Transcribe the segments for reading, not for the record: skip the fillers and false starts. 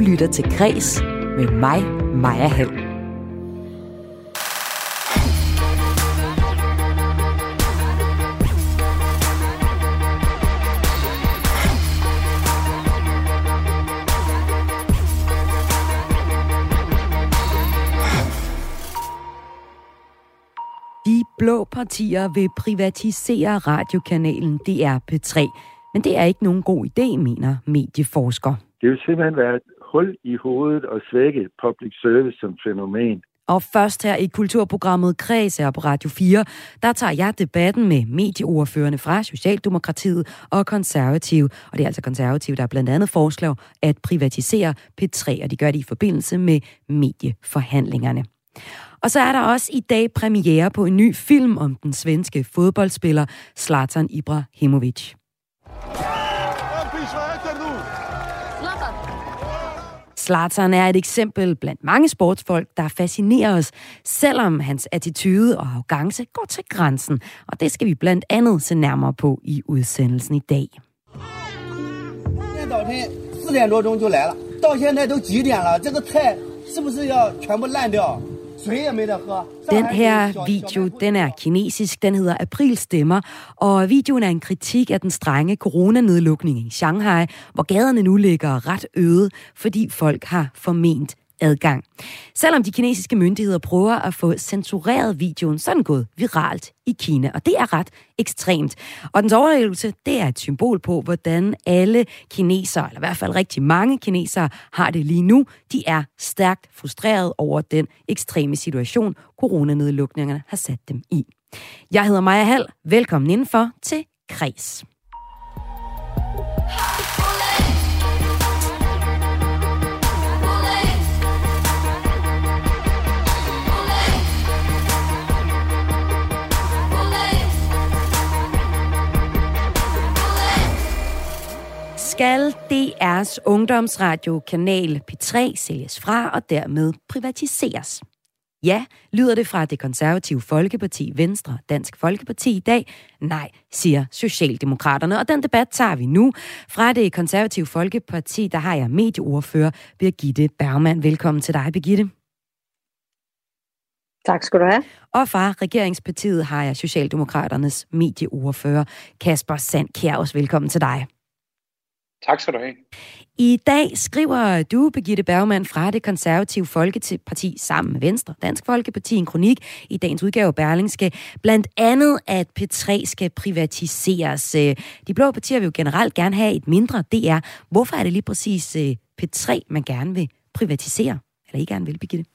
lytter til Kres med mig, Maja Hall. De blå partier vil privatisere radiokanalen DR P3, men det er ikke nogen god idé, mener medieforsker. Det vil simpelthen være et hul i hovedet og svække public service som fænomen. Og først her i kulturprogrammet Kres her på Radio 4, der tager jeg debatten med medieordførerne fra Socialdemokratiet og Konservative. Og det er altså Konservative, der blandt andet foreslår at privatisere P3, og de gør det i forbindelse med medieforhandlingerne. Og så er der også i dag premiere på en ny film om den svenske fodboldspiller Zlatan Ibrahimovic. Zlatan er et eksempel blandt mange sportsfolk, der fascinerer os, selvom hans attitude og arrogance går til grænsen. Og det skal vi blandt andet se nærmere på i udsendelsen i dag. Den her video, den er kinesisk, den hedder April Stemmer, og videoen er en kritik af den strenge coronanedlukning i Shanghai, hvor gaderne nu ligger ret øde, fordi folk har forment adgang. Selvom de kinesiske myndigheder prøver at få censureret videoen, så er den gået viralt i Kina, og det er ret ekstremt. Og dens overlevelse, det er et symbol på, hvordan alle kinesere, eller i hvert fald rigtig mange kinesere, har det lige nu. De er stærkt frustreret over den ekstreme situation, coronanedlukningerne har sat dem i. Jeg hedder Maja Hall. Velkommen indenfor til Kres. Skal DR's ungdomsradiokanal P3 sælges fra og dermed privatiseres? Ja, lyder det fra det konservative Folkeparti, Venstre, Dansk Folkeparti i dag? Nej, siger Socialdemokraterne. Og den debat tager vi nu. Fra det konservative Folkeparti, der har jeg medieordfører Birgitte Bergman. Velkommen til dig, Birgitte. Tak skal du have. Og fra regeringspartiet har jeg Socialdemokraternes medieordfører Kasper Sandkjær. Også velkommen til dig. Tak skal du have. I dag skriver du, Birgitte Bergman, fra det konservative Folkeparti sammen med Venstre, Dansk Folkeparti, en kronik i dagens udgave af Berlingske, blandt andet, at P3 skal privatiseres. De blå partier vil jo generelt gerne have et mindre DR. Hvorfor er det lige præcis P3, man gerne vil privatisere? Eller ikke gerne vil, Birgitte?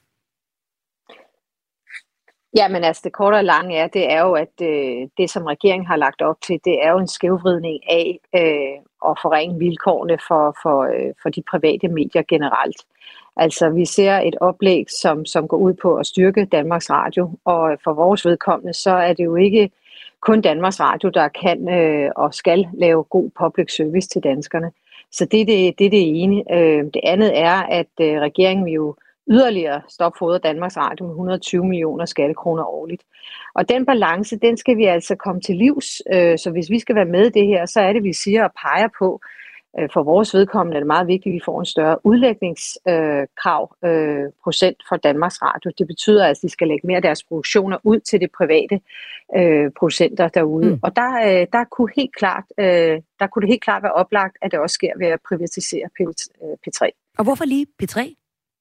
Jamen altså, det korte og lange er, det er jo, at det, som regeringen har lagt op til, det er jo en skævvridning af at forringe vilkårene for de private medier generelt. Altså, vi ser et oplæg, som går ud på at styrke Danmarks Radio, og for vores vedkommende, så er det jo ikke kun Danmarks Radio, der kan og skal lave god public service til danskerne. Så det er det ene. Det andet er, at regeringen jo yderligere stopfodre Danmarks Radio med 120 millioner skattekroner årligt. Og den balance, den skal vi altså komme til livs. Så hvis vi skal være med i det her, så er det, vi siger og peger på. For vores vedkommende er det meget vigtigt, at vi får en større udlægningskrav procent for Danmarks Radio. Det betyder, at de skal lægge mere af deres produktioner ud til de private producenter derude. Og der kunne det helt klart være oplagt, at det også sker ved at privatisere P3. Og hvorfor lige P3?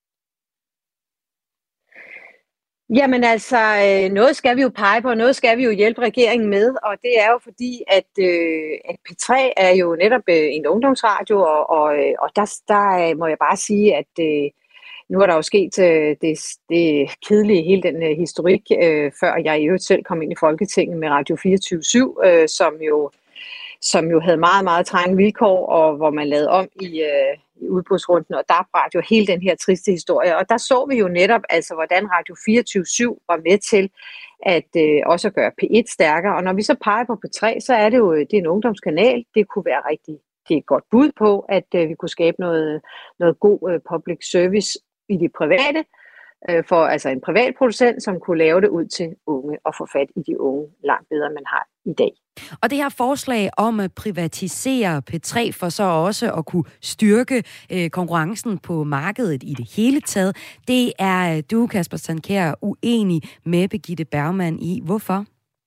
Jamen altså, noget skal vi jo pege på, og noget skal vi jo hjælpe regeringen med, og det er jo fordi, at P3 er jo netop en ungdomsradio, og der må jeg bare sige, at nu er der jo sket det kedelige, hele den historik, før jeg i øvrigt selv kom ind i Folketinget med Radio 24/7, som jo havde meget, meget trange vilkår, og hvor man lavede om i udbudsrunden, og der bragte jo hele den her triste historie. Og der så vi jo netop, altså, hvordan Radio 24/7 var med til at også gøre P1 stærkere. Og når vi så peger på P3, så er det jo det er en ungdomskanal. Det kunne være det er et godt bud på, at vi kunne skabe noget god public service i det private, for altså en privat producent, som kunne lave det ud til unge og få fat i de unge langt bedre, man har i dag. Og det her forslag om at privatisere P3 for så også at kunne styrke konkurrencen på markedet i det hele taget, det er du, Kasper Sandkjær, uenig med Birgitte Bergman i. Hvorfor?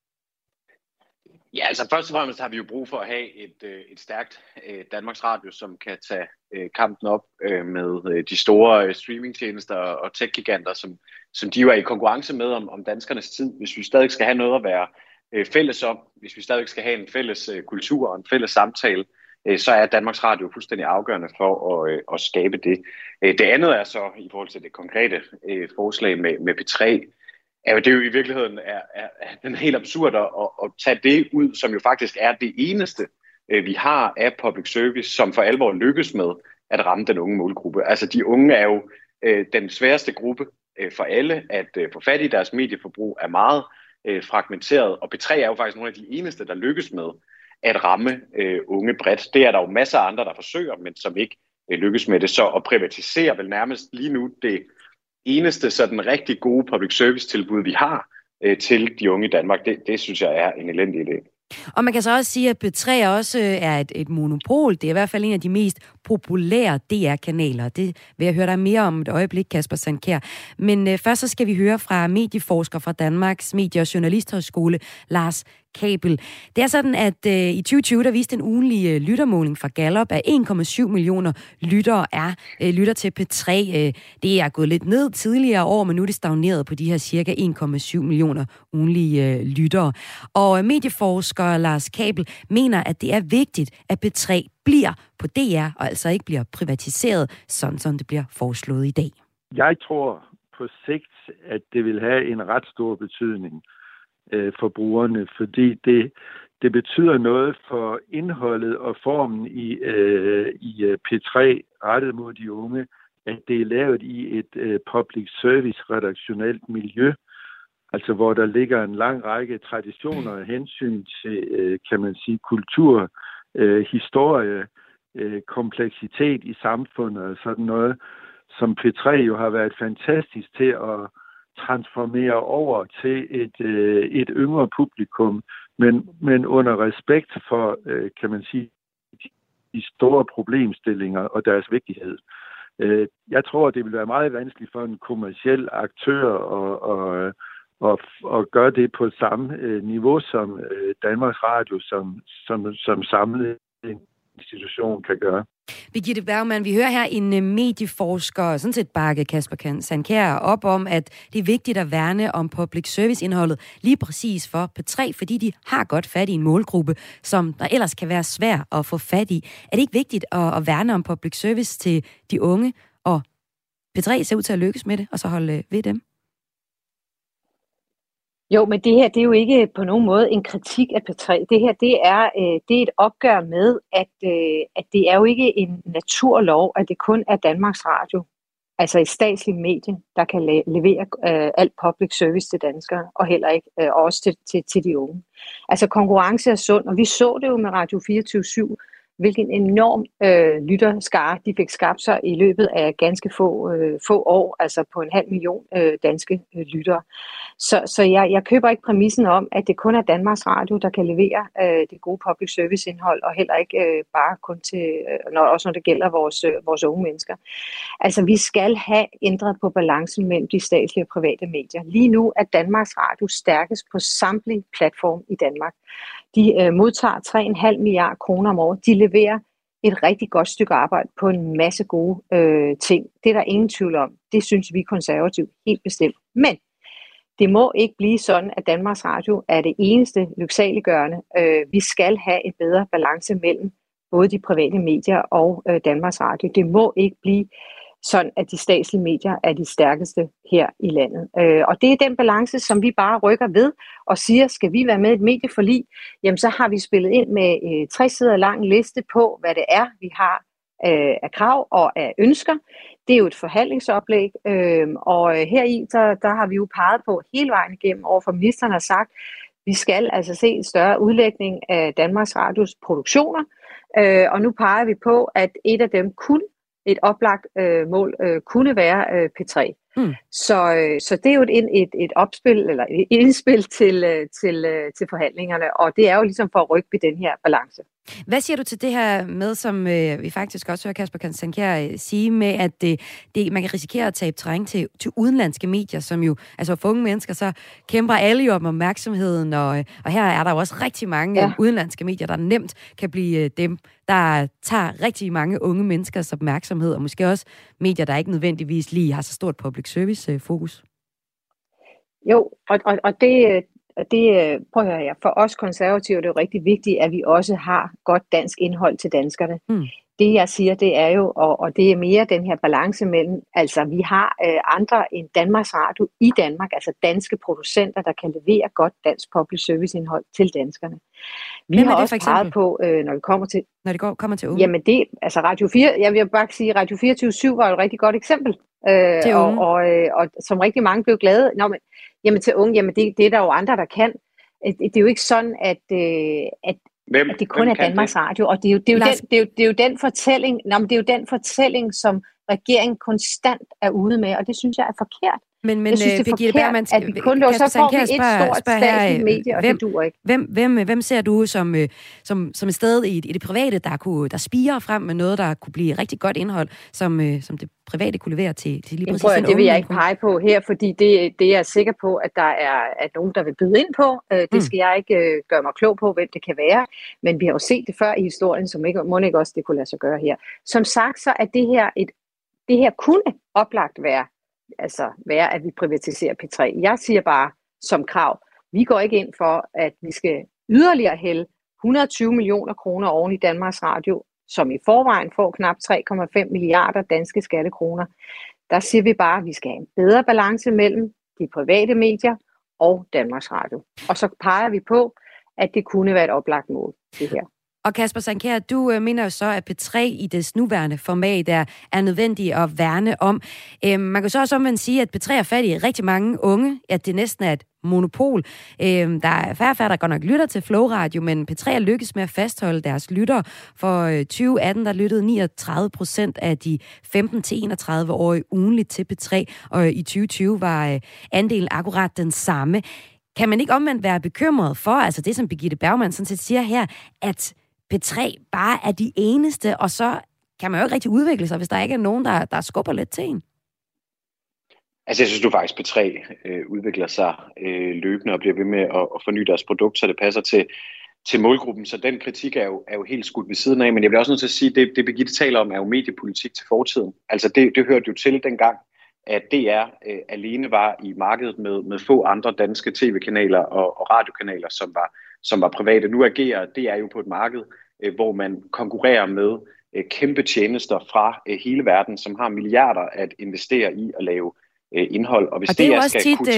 Ja, altså først og fremmest har vi jo brug for at have et stærkt Danmarks Radio, som kan tage kampen op med de store streamingtjenester og tech-giganter, som de jo er i konkurrence med om danskernes tid. Hvis vi stadig skal have noget at være fælles om, hvis vi stadig skal have en fælles kultur og en fælles samtale, så er Danmarks Radio fuldstændig afgørende for at skabe det. Det andet er så i forhold til det konkrete forslag med P3, det er jo i virkeligheden er den helt absurd at tage det ud, som jo faktisk er det eneste, vi har af public service, som for alvor lykkes med at ramme den unge målgruppe. Altså de unge er jo den sværeste gruppe for alle at få fat i. Deres medieforbrug er meget fragmenteret, og P3 er jo faktisk nogle af de eneste, der lykkes med at ramme unge bredt. Det er der jo masser af andre, der forsøger, men som ikke lykkes med det. Så at privatisere vel nærmest lige nu det eneste sådan rigtig gode public service tilbud, vi har til de unge i Danmark, det synes jeg er en elendig idé. Og man kan så også sige, at P3 også er et monopol. Det er i hvert fald en af de mest populære DR-kanaler. Det vil jeg høre dig mere om et øjeblik, Kasper Sandkjær. Men først så skal vi høre fra medieforsker fra Danmarks Medie- og Journalisthøjskole, Lars Kabel. Det er sådan, at i 2020, der viste en ugenlig lyttermåling fra Gallup, at 1,7 millioner lyttere lytter til P3. Det er gået lidt ned tidligere år, men nu er det stagneret på de her cirka 1,7 millioner ugenlige lyttere. Og medieforsker Lars Kabel mener, at det er vigtigt, at P3 bliver på DR, og altså ikke bliver privatiseret, sådan som det bliver foreslået i dag. Jeg tror på sigt, at det vil have en ret stor betydning for brugerne, fordi det betyder noget for indholdet og formen i P3 rettet mod de unge, at det er lavet i et public service redaktionelt miljø, altså hvor der ligger en lang række traditioner og hensyn til, kan man sige, kultur, historie, kompleksitet i samfundet og sådan noget, som P3 jo har været fantastisk til at transformere over til et yngre publikum, men under respekt for, kan man sige, de store problemstillinger og deres vigtighed. Jeg tror, det vil være meget vanskeligt for en kommerciel aktør at gøre det på samme niveau som Danmarks Radio, som samlet institution kan gøre. Birgitte Bergman, vi hører her en medieforsker, sådan set bakke Kasper Sandkjær op om, at det er vigtigt at værne om public service-indholdet lige præcis for P3, fordi de har godt fat i en målgruppe, som der ellers kan være svær at få fat i. Er det ikke vigtigt at værne om public service til de unge, og P3 ser ud til at lykkes med det, og så holde ved dem? Jo, men det her, det er jo ikke på nogen måde en kritik af P3. Det her, det er et opgør med, at det er jo ikke en naturlov, at det kun er Danmarks Radio, altså et statsligt medie, der kan levere alt public service til danskere, og heller ikke også til de unge. Altså konkurrence er sund, og vi så det jo med Radio 24/7, hvilken enorm lytterskare de fik skabt sig i løbet af ganske få år, altså på 500.000 danske lyttere. Så jeg køber ikke præmissen om, at det kun er Danmarks Radio, der kan levere det gode public service indhold, og heller ikke bare kun til, også når det gælder vores unge mennesker. Altså vi skal have ændret på balancen mellem de statslige og private medier. Lige nu er Danmarks Radio stærkest på samtlige platform i Danmark. De modtager 3,5 milliarder kroner om året. De leverer et rigtig godt stykke arbejde på en masse gode ting. Det er der ingen tvivl om. Det synes vi konservativt helt bestemt. Men det må ikke blive sådan, at Danmarks Radio er det eneste lyksaliggørende. Vi skal have en bedre balance mellem både de private medier og Danmarks Radio. Det må ikke blive sådan, at de statslige medier er de stærkeste her i landet. Og det er den balance, som vi bare rykker ved og siger, skal vi være med i et medieforlig, jamen så har vi spillet ind med 60 sider lang liste på, hvad det er, vi har af krav og af ønsker. Det er jo et forhandlingsoplæg, og heri der har vi jo peget på hele vejen igennem overfor ministeren har sagt, vi skal altså se en større udlægning af Danmarks Radios produktioner, og nu peger vi på, at et af dem et oplagt mål kunne være P3. Så det er jo et opspil, eller et indspil til forhandlingerne, og det er jo ligesom for at rykke ved den her balance. Hvad siger du til det her med, som vi faktisk også hører Kasper Sankier sige, med at man kan risikere at tabe terræn til udenlandske medier, som jo, altså for unge mennesker, så kæmper alle jo om opmærksomheden, og her er der jo også rigtig mange udenlandske medier, der nemt kan blive dem, der tager rigtig mange unge menneskers opmærksomhed, og måske også medier, der ikke nødvendigvis lige har så stort public service fokus. Jo, og det prøv at høre her. For os konservative er det jo rigtig vigtigt, at vi også har godt dansk indhold til danskerne. Det jeg siger, det er jo, og det er mere den her balance mellem, altså vi har andre end Danmarks Radio i Danmark, altså danske producenter, der kan levere godt dansk public service indhold til danskerne. Vi har også peget på, når det kommer til unge. Jamen det, altså Radio 4, jeg vil bare sige, Radio 24/7 var jo et rigtig godt eksempel. Og som rigtig mange blev glade. Jamen til unge, jamen det er der jo andre, der kan. Det er jo ikke sådan, at det kun er Danmarks Radio, og det er jo den fortælling, det er jo den fortælling, som regeringen konstant er ude med, og det synes jeg er forkert. Men jeg synes, det er Birgitte Bergman, at vi kun så får vi et stort statsligt medie, og det duer ikke. Hvem ser du som et sted i det private, der spirer frem med noget, der kunne blive rigtig godt indhold, som det private kunne levere til lige præcis det vil jeg ikke pege på her, fordi det er jeg sikker på, at der er nogen, der vil byde ind på. Det skal jeg ikke gøre mig klog på, hvem det kan være, men vi har jo set det før i historien, som må ikke også det kunne lade sig gøre her. Som sagt, så er det her kunne oplagt være, at vi privatiserer P3. Jeg siger bare som krav, vi går ikke ind for, at vi skal yderligere hælde 120 millioner kroner oven i Danmarks Radio, som i forvejen får knap 3,5 milliarder danske skattekroner. Der siger vi bare, at vi skal have en bedre balance mellem de private medier og Danmarks Radio. Og så peger vi på, at det kunne være et oplagt mål, det her. Og Kasper Sankier, du mener jo så, at P3 i dets nuværende format er nødvendigt at værne om. Man kan så også omvendt sige, at P3 er fat i rigtig mange unge, at det næsten er et monopol. Der er færre, der godt nok lytter til Flow Radio, men P3 er lykkes med at fastholde deres lyttere. For 2018, der lyttede 39% af de 15-31-årige ugenligt til P3, og i 2020 var andelen akkurat den samme. Kan man ikke omvendt være bekymret for, altså det som Birgitte Bergman sådan set siger her, at P3 bare er de eneste, og så kan man jo ikke rigtig udvikle sig, hvis der ikke er nogen, der skubber lidt til en? Altså jeg synes du faktisk, P3 udvikler sig løbende og bliver ved med at forny deres produkt, så det passer til målgruppen. Så den kritik er jo helt skudt ved siden af. Men jeg bliver også nødt til at sige, at det Birgitte taler om, er jo mediepolitik til fortiden. Altså det hørte jo til dengang, at DR alene var i markedet med få andre danske tv-kanaler og radiokanaler, som var private. Nu agerer DR jo på et marked, hvor man konkurrerer med kæmpe tjenester fra hele verden, som har milliarder at investere i at lave indhold. Og hvis DR skal kunne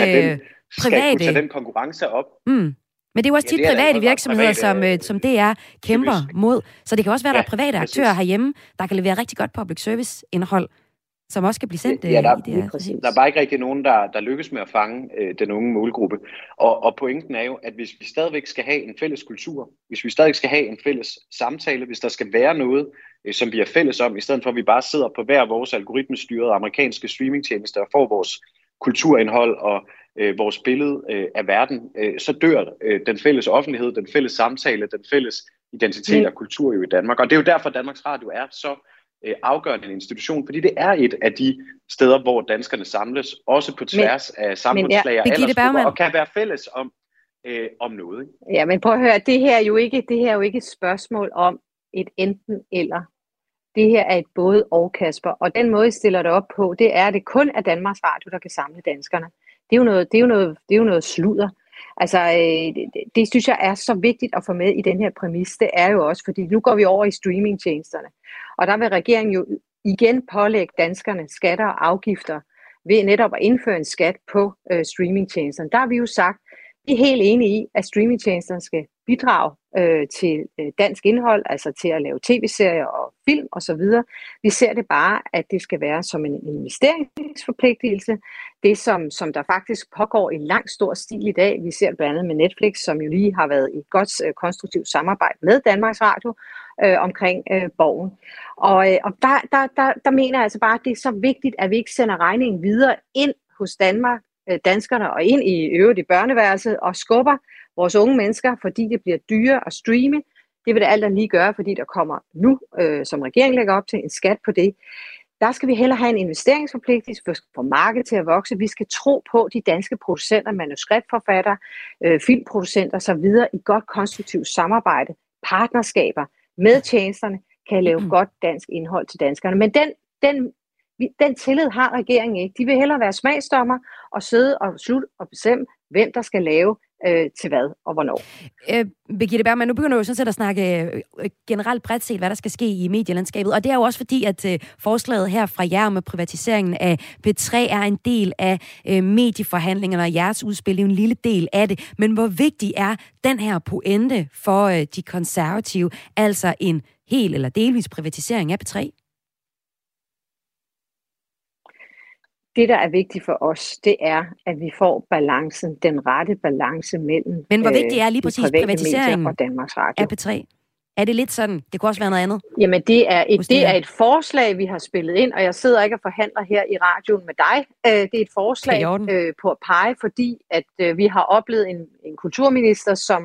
tage den konkurrence op... Men det er jo også tit private virksomheder, som DR kæmper mod. Så det kan også være, at der er private aktører herhjemme, der kan levere rigtig godt public service indhold, som også kan blive sendt der er bare ikke rigtig nogen, der lykkes med at fange den unge målgruppe. Og pointen er jo, at hvis vi stadigvæk skal have en fælles kultur, hvis vi stadig skal have en fælles samtale, hvis der skal være noget, som vi er fælles om, i stedet for at vi bare sidder på hver vores algoritmestyrede amerikanske streamingtjenester og får vores kulturindhold og vores billede af verden, så dør den fælles offentlighed, den fælles samtale, den fælles identitet og kultur jo i Danmark. Og det er jo derfor, Danmarks Radio er så afgørende en institution, fordi det er et af de steder, hvor danskerne samles, også på tværs af samfundslag og aldersgrupper, og kan være fælles om noget. Ikke? Ja, men prøv at høre, det her er jo ikke et spørgsmål om et enten eller. Det her er et både og, Kasper, og den måde, I stiller det op på, det er, at det kun er Danmarks Radio, der kan samle danskerne. Det er jo noget sludder. Altså, det synes jeg er så vigtigt at få med i den her præmis. Det er jo også, fordi nu går vi over i streamingtjenesterne. Og der vil regeringen jo igen pålægge danskerne skatter og afgifter ved netop at indføre en skat på streamingtjenesterne. Der har vi jo sagt, vi er helt enige i, at streamingtjenesterne skal bidrage til dansk indhold, altså til at lave tv-serier og film osv. Vi ser det bare, at det skal være som en investeringsforpligtelse. Det, som der faktisk pågår i langt stor stil i dag. Vi ser blandt andet med Netflix, som jo lige har været i et godt konstruktivt samarbejde med Danmarks Radio. omkring Borgen. Og der mener jeg altså bare, at det er så vigtigt, at vi ikke sender regningen videre ind hos danskerne og ind i øvrigt i børneværelset og skubber vores unge mennesker, fordi det bliver dyrere at streame. Det vil det alt andet lige gøre, fordi der kommer nu, som regeringen lægger op til, en skat på det. Der skal vi hellere have en investeringsforpligtelse, for at få markedet til at vokse. Vi skal tro på de danske producenter, manuskriptforfattere, filmproducenter osv. i godt konstruktivt samarbejde, partnerskaber med tjenesterne, kan lave godt dansk indhold til danskerne. Men den tillid har regeringen ikke. De vil hellere være smagsdommer og sidde og slutte og bestemme, hvem der skal lave til hvad og hvornår. Birgitte Bergman, nu begynder du sådan set at snakke generelt bredt set, hvad der skal ske i medielandskabet, og det er jo også fordi, at forslaget her fra jer med privatiseringen af P3 er en del af medieforhandlingerne, og jeres udspil er jo en lille del af det. Men hvor vigtig er den her pointe for de konservative, altså en hel eller delvis privatisering af P3? Det, der er vigtigt for os, det er, at vi får balancen, den rette balance mellem Men hvor vigtig er lige præcis privatiseringen og Danmarks Radio af P3? Er det lidt sådan, det kunne også være noget andet? Jamen, det er et forslag, vi har spillet ind, og jeg sidder ikke og forhandler her i radioen med dig. Det er et forslag på at pege, fordi at vi har oplevet en kulturminister, som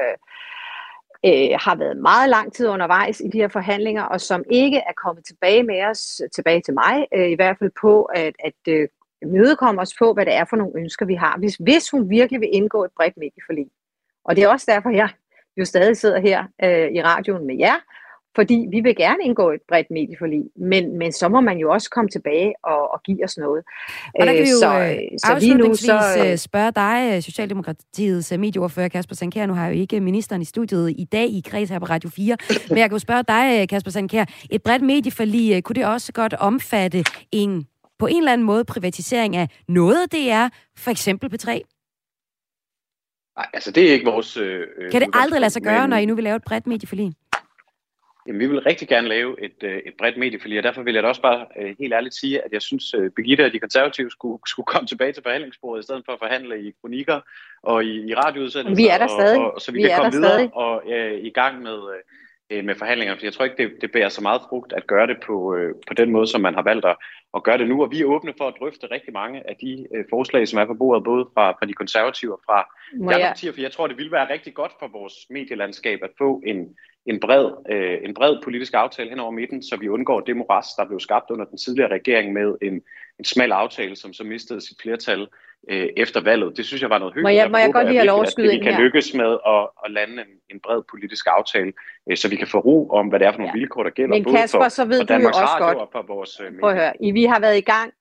har været meget lang tid undervejs i de her forhandlinger, og som ikke er kommet tilbage til mig, i hvert fald på at imødekomme os på, hvad det er for nogle ønsker, vi har. Hvis hun virkelig vil indgå et bredt medieforlig. Og det er også derfor, jeg jo stadig sidder her i radioen med jer, fordi vi vil gerne indgå et bredt medieforlig, men så må man jo også komme tilbage og give os noget. Og der kan vi jo afslutningsvis spørge dig, Socialdemokratiets medieordfører Kasper Sand Kjær. Nu har jeg jo ikke ministeren i studiet i dag i Kreds her på Radio 4, men jeg kan jo spørge dig, Kasper Sand Kjær. Et bredt medieforlig, kunne det også godt omfatte på en eller anden måde privatisering af noget af DR, for eksempel P3? Nej, altså det er ikke vores... kan det aldrig lade sig gøre, når I nu vil lave et bredt medieforlig? Jamen, vi vil rigtig gerne lave et bredt medieforlig, og derfor vil jeg da også bare helt ærligt sige, at jeg synes, Birgitte og de konservative skulle komme tilbage til forhandlingsbordet, i stedet for at forhandle i kronikker og i radioudsendelser. Vi er der stadig. Og så vi kan komme videre og i gang med forhandlinger. For jeg tror ikke, det bærer så meget frugt at gøre det på den måde, som man har valgt at gøre det nu. Og vi er åbne for at drøfte rigtig mange af de forslag, som er på bordet, både fra de konservative og fra de andre partier. For jeg tror, det ville være rigtig godt for vores medielandskab at få en bred politisk aftale hen over midten, så vi undgår det moras, der blev skabt under den tidligere regering med en smal aftale, som så mistede sit flertal efter valget. Det synes jeg var noget hyggeligt. Må jeg godt lige have lov at skyde ind her? Vi kan lykkes med at lande en bred politisk aftale, så vi kan få ro om, hvad det er for nogle vilkår, der gælder. Men Kasper, både så ved for Danmarks også Radio godt, og for vores medier. Prøv at høre, vi har været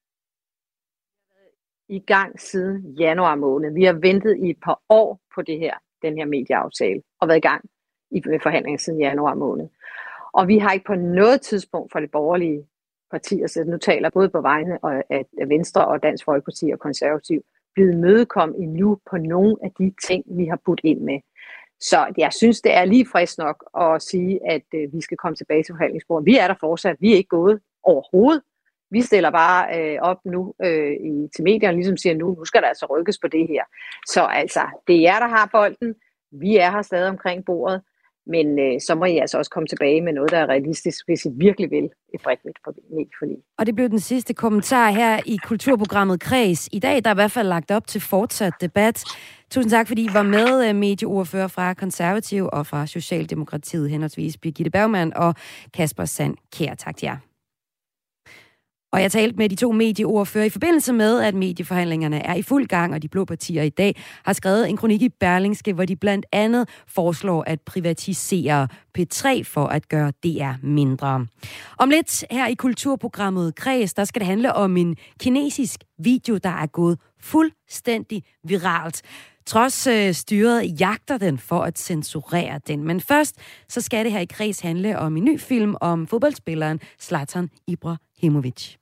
i gang siden januar måned. Vi har ventet i et par år på den her medieaftale, og været i gang med forhandlinger siden januar måned. Og vi har ikke på noget tidspunkt fra de borgerlige partier, så nu taler både på vegne af Venstre og Dansk Folkeparti og Konservativ, blevet mødekommet endnu på nogle af de ting, vi har budt ind med. Så jeg synes, det er lige frisk nok at sige, at vi skal komme tilbage til forhandlingsbordet. Vi er der fortsat. Vi er ikke gået overhovedet. Vi stiller bare op nu til medierne, ligesom siger nu skal der altså rykkes på det her. Så altså, det er jer, der har bolden. Vi er her stadig omkring bordet. Men så må I altså også komme tilbage med noget, der er realistisk, hvis I virkelig vil et bredt medieforlig. Og det blev den sidste kommentar her i kulturprogrammet Kreds. I dag der er i hvert fald lagt op til fortsat debat. Tusind tak, fordi I var med, medieordfører fra Konservativ og fra Socialdemokratiet, henholdsvis Birgitte Bergman og Kasper Sand Kjær. Tak til jer. Og jeg talte med de to medieordfører i forbindelse med, at medieforhandlingerne er i fuld gang, og de blå partier i dag har skrevet en kronik i Berlingske, hvor de blandt andet foreslår at privatisere P3 for at gøre DR mindre. Om lidt her i kulturprogrammet Kreds, der skal det handle om en kinesisk video, der er gået fuldstændig viralt. Trods styret jagter den for at censurere den. Men først så skal det her i Kreds handle om en ny film om fodboldspilleren Zlatan Ibrahimović.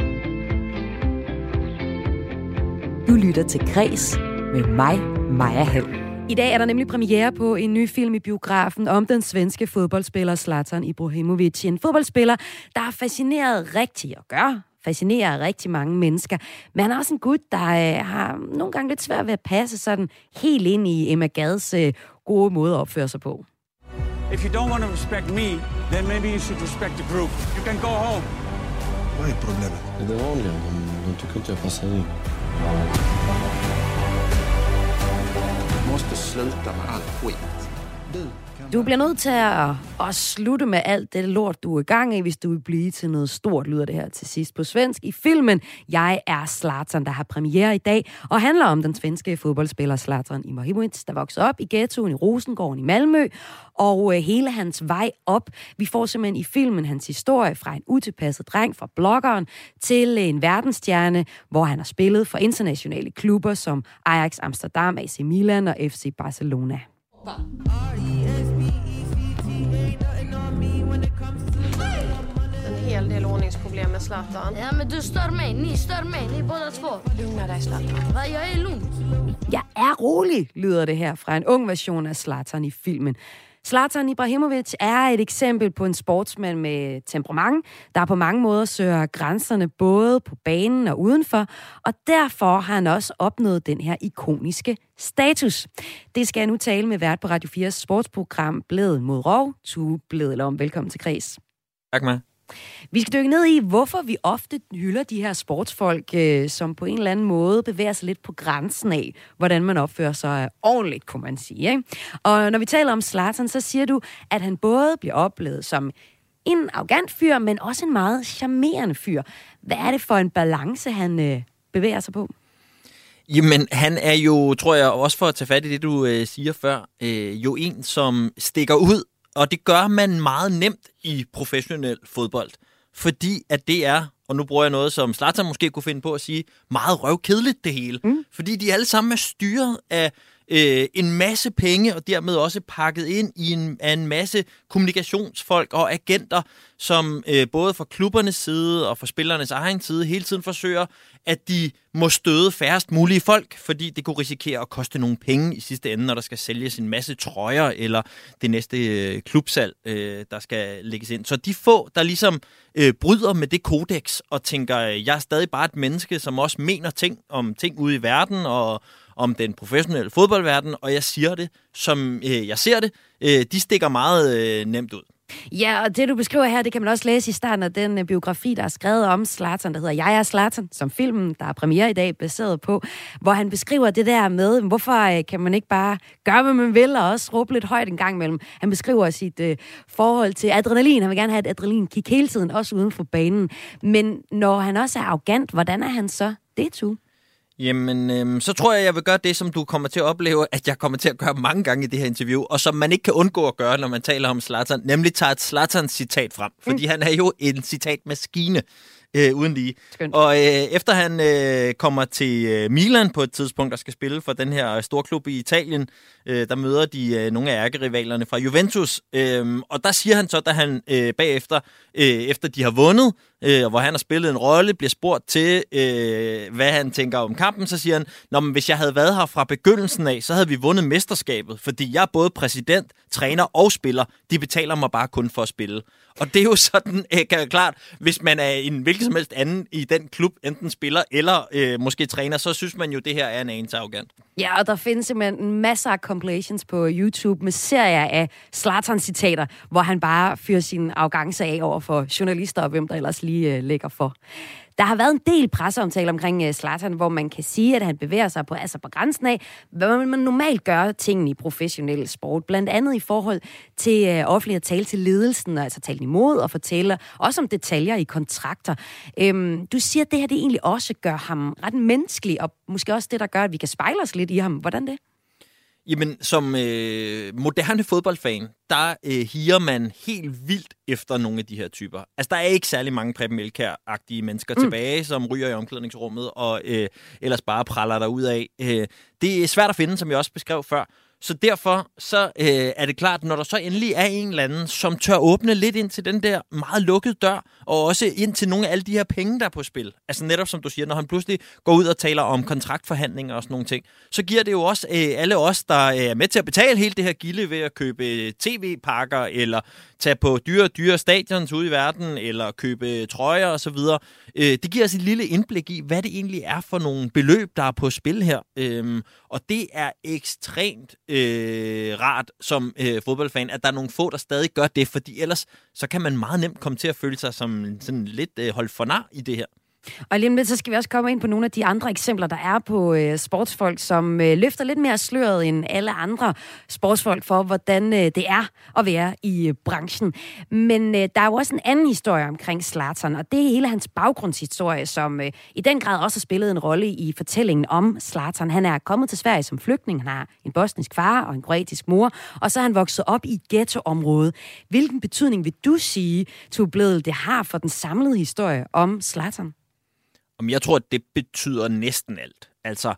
Du lytter til Kreds med mig, Maja Hall. I dag er der nemlig premiere på en ny film i biografen om den svenske fodboldspiller Zlatan Ibrahimović. En fodboldspiller, der har fascinerer rigtig mange mennesker. Men han er også en gut, der har nogle gange lidt svært ved at passe sådan helt ind i Emma Gads gode måde at opføre sig på. If you don't want to respect me, then maybe you should respect the group. You can go home. Vad är problemet? Det är vanliga. De tycker inte jag passar in. Du måste sluta med all skit. Du bliver nødt til at slutte med alt det lort, du er i gang i, hvis du vil blive til noget stort, lyder det her til sidst på svensk. I filmen Jeg er Zlatan, der har premiere i dag, og handler om den svenske fodboldspiller Zlatan Ibrahimovic, der voksede op i ghettoen i Rosengården i Malmø, og hele hans vej op. Vi får simpelthen i filmen hans historie fra en utilpasset dreng fra bloggeren til en verdensstjerne, hvor han har spillet for internationale klubber som Ajax Amsterdam, AC Milan og FC Barcelona. En hel del ordningsproblem med Zlatan. Ja, men du stör mig. Ni stör mig. Ni båda två. Lugna dig, Zlatan. Va, jag är lugn. Jeg er rolig, lyder det her fra en ung version af Zlatan i filmen. Zlatan Ibrahimovic er et eksempel på en sportsmand med temperament, der på mange måder søger grænserne både på banen og udenfor, og derfor har han også opnået den her ikoniske status. Det skal jeg nu tale med vært på Radio 4's sportsprogram Blæden mod Rov. Tue Blædelom, velkommen til Kreds. Tak, Maja. Vi skal dykke ned i, hvorfor vi ofte hylder de her sportsfolk, som på en eller anden måde bevæger sig lidt på grænsen af, hvordan man opfører sig ordentligt, kunne man sige. Ikke? Og når vi taler om Zlatan, så siger du, at han både bliver oplevet som en arrogant fyr, men også en meget charmerende fyr. Hvad er det for en balance, han bevæger sig på? Jamen, han er jo, tror jeg, også for at tage fat i det, du siger før, jo en, som stikker ud. Og det gør man meget nemt i professionel fodbold, fordi at det er, og nu bruger jeg noget, som Zlatan måske kunne finde på at sige, meget røvkedeligt det hele. Fordi de alle sammen er styret af en masse penge, og dermed også pakket ind i af en masse kommunikationsfolk og agenter, som både fra klubbernes side og fra spillernes egen side hele tiden forsøger, at de må støde færrest mulige folk, fordi det kunne risikere at koste nogle penge i sidste ende, når der skal sælges en masse trøjer, eller det næste klubsalg, der skal lægges ind. Så de få, der ligesom bryder med det kodex og tænker, jeg er stadig bare et menneske, som også mener ting om ting ude i verden, og om den professionelle fodboldverden, og jeg siger det, som jeg ser det, de stikker meget nemt ud. Ja, og det du beskriver her, det kan man også læse i starten af den biografi, der er skrevet om Zlatan, der hedder Jeg er Zlatan, som filmen, der er premiere i dag, baseret på, hvor han beskriver det der med, hvorfor kan man ikke bare gøre, hvad man vil, og også råbe lidt højt en gang imellem. Han beskriver sit forhold til adrenalin. Han vil gerne have et adrenalinkick hele tiden, også uden for banen. Men når han også er arrogant, hvordan er han så det, Tue? Jamen, så tror jeg vil gøre det, som du kommer til at opleve, at jeg kommer til at gøre mange gange i det her interview, og som man ikke kan undgå at gøre, når man taler om Zlatan, nemlig tager et Zlatan-citat frem. Fordi han er jo en citatmaskine, uden lige. Skønt. Og efter han kommer til Milan på et tidspunkt, der skal spille for den her storklub i Italien, der møder de nogle af ærkerivalerne fra Juventus. Og der siger han så, da han bagefter, efter de har vundet, hvor han har spillet en rolle, bliver spurgt til, hvad han tænker om kampen, så siger han, nå, men hvis jeg havde været her fra begyndelsen af, så havde vi vundet mesterskabet, fordi jeg er både præsident, træner og spiller. De betaler mig bare kun for at spille. Og det er jo sådan, klart, hvis man er en hvilken som helst anden i den klub, enten spiller eller måske træner, så synes man jo, det her er en anelse arrogant. Ja, og der findes simpelthen masser af compilations på YouTube med serier af Zlatan-citater, hvor han bare fyrer sin arrogance af over for journalister og hvem der ellers lige lægger for. Der har været en del presseomtale omkring Zlatan, hvor man kan sige, at han bevæger sig på grænsen af, hvad man normalt gør tingene i professionel sport. Blandt andet i forhold til offentligt at tale til ledelsen, altså tale imod og fortælle også om detaljer i kontrakter. Du siger, at det her det egentlig også gør ham ret menneskelig, og måske også det, der gør, at vi kan spejle os lidt i ham. Hvordan det? Jamen, som moderne fodboldfan, der higer man helt vildt efter nogle af de her typer. Altså, der er ikke særlig mange Preben Elkjær-agtige mennesker tilbage, som ryger i omklædningsrummet og ellers bare praller der ud af. Det er svært at finde, som jeg også beskrev før. Så derfor så er det klart, når der så endelig er en eller anden, som tør åbne lidt ind til den der meget lukkede dør, og også ind til nogle af alle de her penge, der er på spil. Altså netop som du siger, når han pludselig går ud og taler om kontraktforhandlinger og sådan nogle ting, så giver det jo også alle os, der er med til at betale hele det her gilde ved at købe tv-pakker, eller tage på dyre stadions ude i verden, eller købe trøjer og så videre. Det giver os et lille indblik i, hvad det egentlig er for nogle beløb, der er på spil her. Og det er ekstremt rart som fodboldfan, at der er nogle få, der stadig gør det, fordi ellers så kan man meget nemt komme til at føle sig som sådan lidt holdt for nar i det her. Og lige om lidt, så skal vi også komme ind på nogle af de andre eksempler, der er på sportsfolk, som løfter lidt mere sløret end alle andre sportsfolk for, hvordan det er at være i branchen. Men der er jo også en anden historie omkring Zlatan, og det er hele hans baggrundshistorie, som i den grad også har spillet en rolle i fortællingen om Zlatan. Han er kommet til Sverige som flygtning, han har en bosnisk far og en kroatisk mor, og så er han vokset op i et ghettoområde. Hvilken betydning vil du sige, Tue Bledel, det har for den samlede historie om Zlatan? Jeg tror, at det betyder næsten alt. Altså,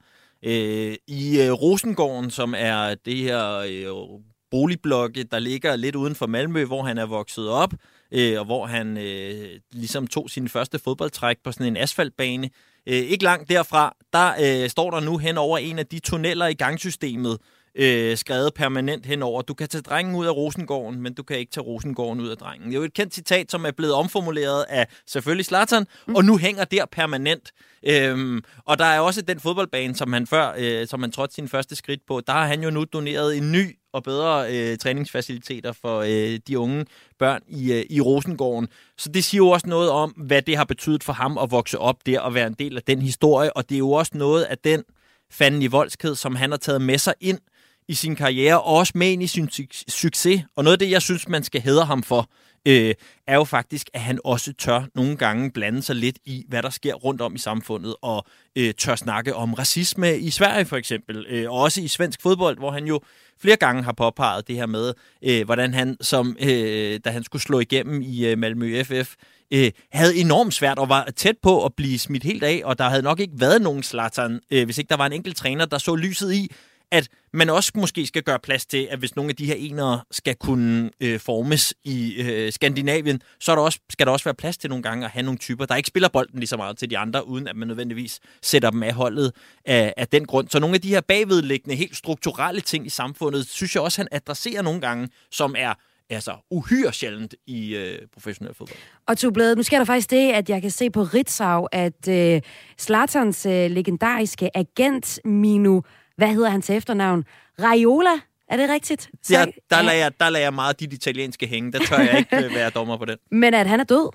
i Rosengården, som er det her boligblokke, der ligger lidt uden for Malmø, hvor han er vokset op, og hvor han ligesom tog sin første fodboldtræk på sådan en asfaltbane. Ikke langt derfra, der står der nu hen over en af de tunneller i gangsystemet, skrevet permanent henover. Du kan tage drengen ud af Rosengården, men du kan ikke tage Rosengården ud af drengen. Det er jo et kendt citat, som er blevet omformuleret af selvfølgelig Zlatan, og nu hænger der permanent. Og der er også den fodboldbane, som han som han trådte sin første skridt på. Der har han jo nu doneret en ny og bedre træningsfaciliteter for de unge børn i Rosengården. Så det siger jo også noget om, hvad det har betydet for ham at vokse op der og være en del af den historie, og det er jo også noget af den fanden i voldsked, som han har taget med sig ind i sin karriere, og også med ind i sin succes. Og noget af det, jeg synes, man skal hædre ham for, er jo faktisk, at han også tør nogle gange blande sig lidt i, hvad der sker rundt om i samfundet, og tør snakke om racisme i Sverige for eksempel, og også i svensk fodbold, hvor han jo flere gange har påpeget det her med, hvordan han, da han skulle slå igennem i Malmø FF, havde enormt svært og var tæt på at blive smidt helt af, og der havde nok ikke været nogen Zlatan, hvis ikke der var en enkelt træner, der så lyset i, at man også måske skal gøre plads til, at hvis nogle af de her enere skal kunne formes i Skandinavien, så skal der også være plads til nogle gange at have nogle typer, der ikke spiller bolden lige så meget til de andre, uden at man nødvendigvis sætter dem af holdet af den grund. Så nogle af de her bagvedliggende, helt strukturelle ting i samfundet, synes jeg også, han adresserer nogle gange, som er uhyre sjældent i professionel fodbold. Og Tue Bledel, nu sker der faktisk det, at jeg kan se på Ritzau, at Zlatans legendariske agent Minu, hvad hedder han til efternavn? Raiola? Er det rigtigt? Ja, der lader jeg meget dit italienske hænge. Der tør jeg ikke være dommer på den. Men at han er død?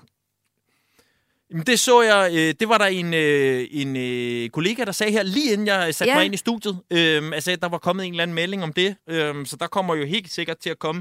Det så jeg, det var der en kollega, der sagde her, lige inden jeg satte mig ind i studiet. Altså, der var kommet en eller anden melding om det. Så der kommer jo helt sikkert til at komme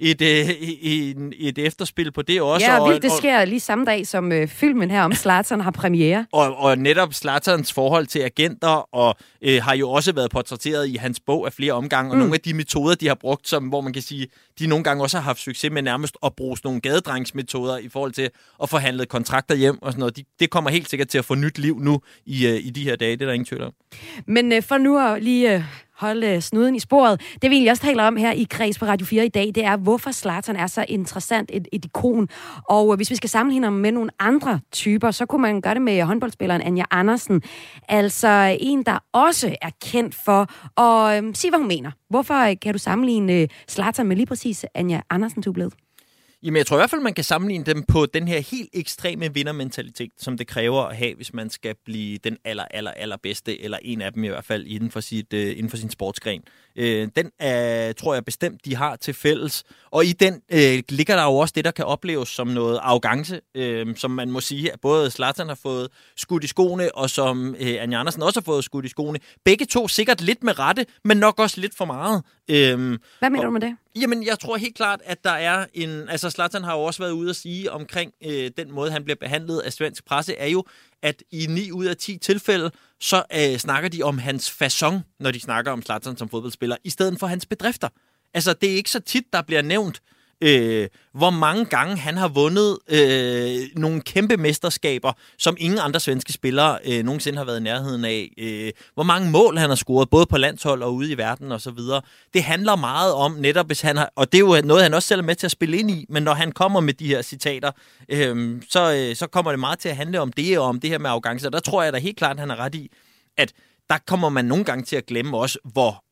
et efterspil på det også. Ja, og det sker lige samme dag, som filmen her om Zlatan har premiere. Og netop Zlatans forhold til agenter, og har jo også været portrætteret i hans bog af flere omgange. Og nogle af de metoder, de har brugt, hvor man kan sige, de nogle gange også har haft succes med nærmest at bruge sådan nogle gadedrengsmetoder i forhold til at forhandle kontrakter hjem og sådan noget. Det kommer helt sikkert til at få nyt liv nu i de her dage, det er der ingen tvivl om. Men for nu at lige holde snuden i sporet, det vi egentlig også taler om her i Kreds på Radio 4 i dag, det er, hvorfor Zlatan er så interessant et ikon. Og hvis vi skal sammenligne ham med nogle andre typer, så kunne man gøre det med håndboldspilleren Anja Andersen. Altså en, der også er kendt for at sige, hvad hun mener. Hvorfor kan du sammenligne Zlatan med lige præcis Anja Andersen, Tue Bledel? Jamen, jeg tror i hvert fald, man kan sammenligne dem på den her helt ekstreme vindermentalitet, som det kræver at have, hvis man skal blive den allerbedste, eller en af dem i hvert fald, inden for sin sportsgren. Den tror jeg bestemt, de har til fælles. Og i den ligger der jo også det, der kan opleves som noget arrogance, som man må sige, at både Zlatan har fået skudt i skoene, og som Anja Andersen også har fået skudt i skoene. Begge to sikkert lidt med rette, men nok også lidt for meget. Hvad mener du med det? Jamen, jeg tror helt klart, at der er altså Zlatan har jo også været ude at sige omkring den måde, han bliver behandlet af svensk presse, er jo, at i 9 ud af 10 tilfælde, så snakker de om hans facon, når de snakker om Zlatan som fodboldspiller, i stedet for hans bedrifter. Altså, det er ikke så tit, der bliver nævnt, hvor mange gange han har vundet nogle kæmpe mesterskaber, som ingen andre svenske spillere nogensinde har været i nærheden af. Hvor mange mål han har scoret, både på landshold og ude i verden og så videre. Det handler meget om netop, hvis han har, og det er jo noget, han også selv er med til at spille ind i, men når han kommer med de her citater, så kommer det meget til at handle om det, og om det her med arrogance. Og der tror jeg da helt klart, at han har ret i, at der kommer man nogle gange til at glemme også, hvor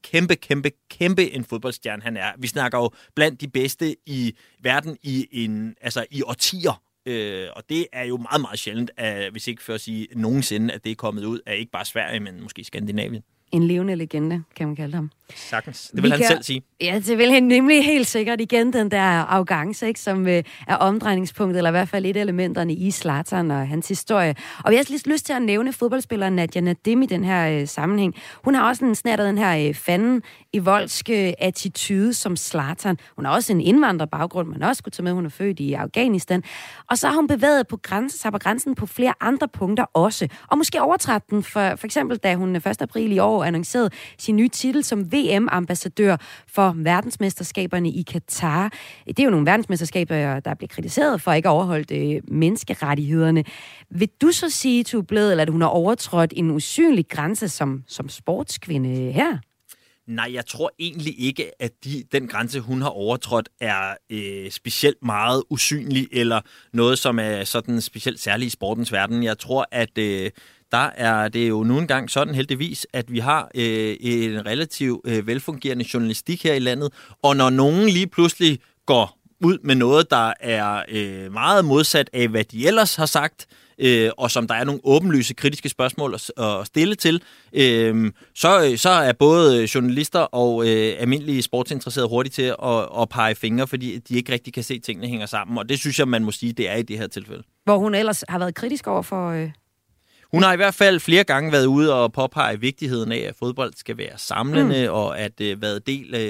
kæmpe en fodboldstjerne han er. Vi snakker jo blandt de bedste i verden i årtier. Og det er jo meget, meget sjældent, hvis ikke for at sige nogensinde, at det er kommet ud af ikke bare Sverige, men måske Skandinavien. En levende legende, kan man kalde ham. Sagtens. Det vil han selv sige. Ja, det vil han nemlig helt sikkert. Igen den der arrogance, ikke, som er omdrejningspunktet, eller i hvert fald et af elementerne i Zlatan og hans historie. Og vi har også lyst til at nævne fodboldspilleren Nadia Nadim i den her sammenhæng. Hun har også snattet den her fanden i voldske attitude som Zlatan. Hun har også en indvandrerbaggrund, man også kunne tage med. Hun er født i Afghanistan. Og så har hun bevæget sig på grænsen på flere andre punkter også. Og måske overtrådt den, for eksempel da hun 1. april i år annoncerede sin nye titel som VM-ambassadør for verdensmesterskaberne i Katar. Det er jo nogle verdensmesterskaber, der bliver kritiseret for ikke at overholde menneskerettighederne. Vil du så sige, Tue Blædel, at hun har overtrådt en usynlig grænse som sportskvinde her? Nej, jeg tror egentlig ikke, at den grænse, hun har overtrådt, er specielt meget usynlig, eller noget, som er sådan specielt særligt i sportens verden. Jeg tror, at der er det jo nu engang sådan heldigvis, at vi har en relativt velfungerende journalistik her i landet, og når nogen lige pludselig går ud med noget, der er meget modsat af, hvad de ellers har sagt, og som der er nogle åbenlyse kritiske spørgsmål at stille til, så er både journalister og almindelige sportsinteresserede hurtigt til at pege fingre, fordi de ikke rigtig kan se, at tingene hænger sammen. Og det synes jeg, man må sige, det er i det her tilfælde. Hvor hun ellers har været kritisk over for... Hun har i hvert fald flere gange været ude og påpege vigtigheden af, at fodbold skal være samlende, og at været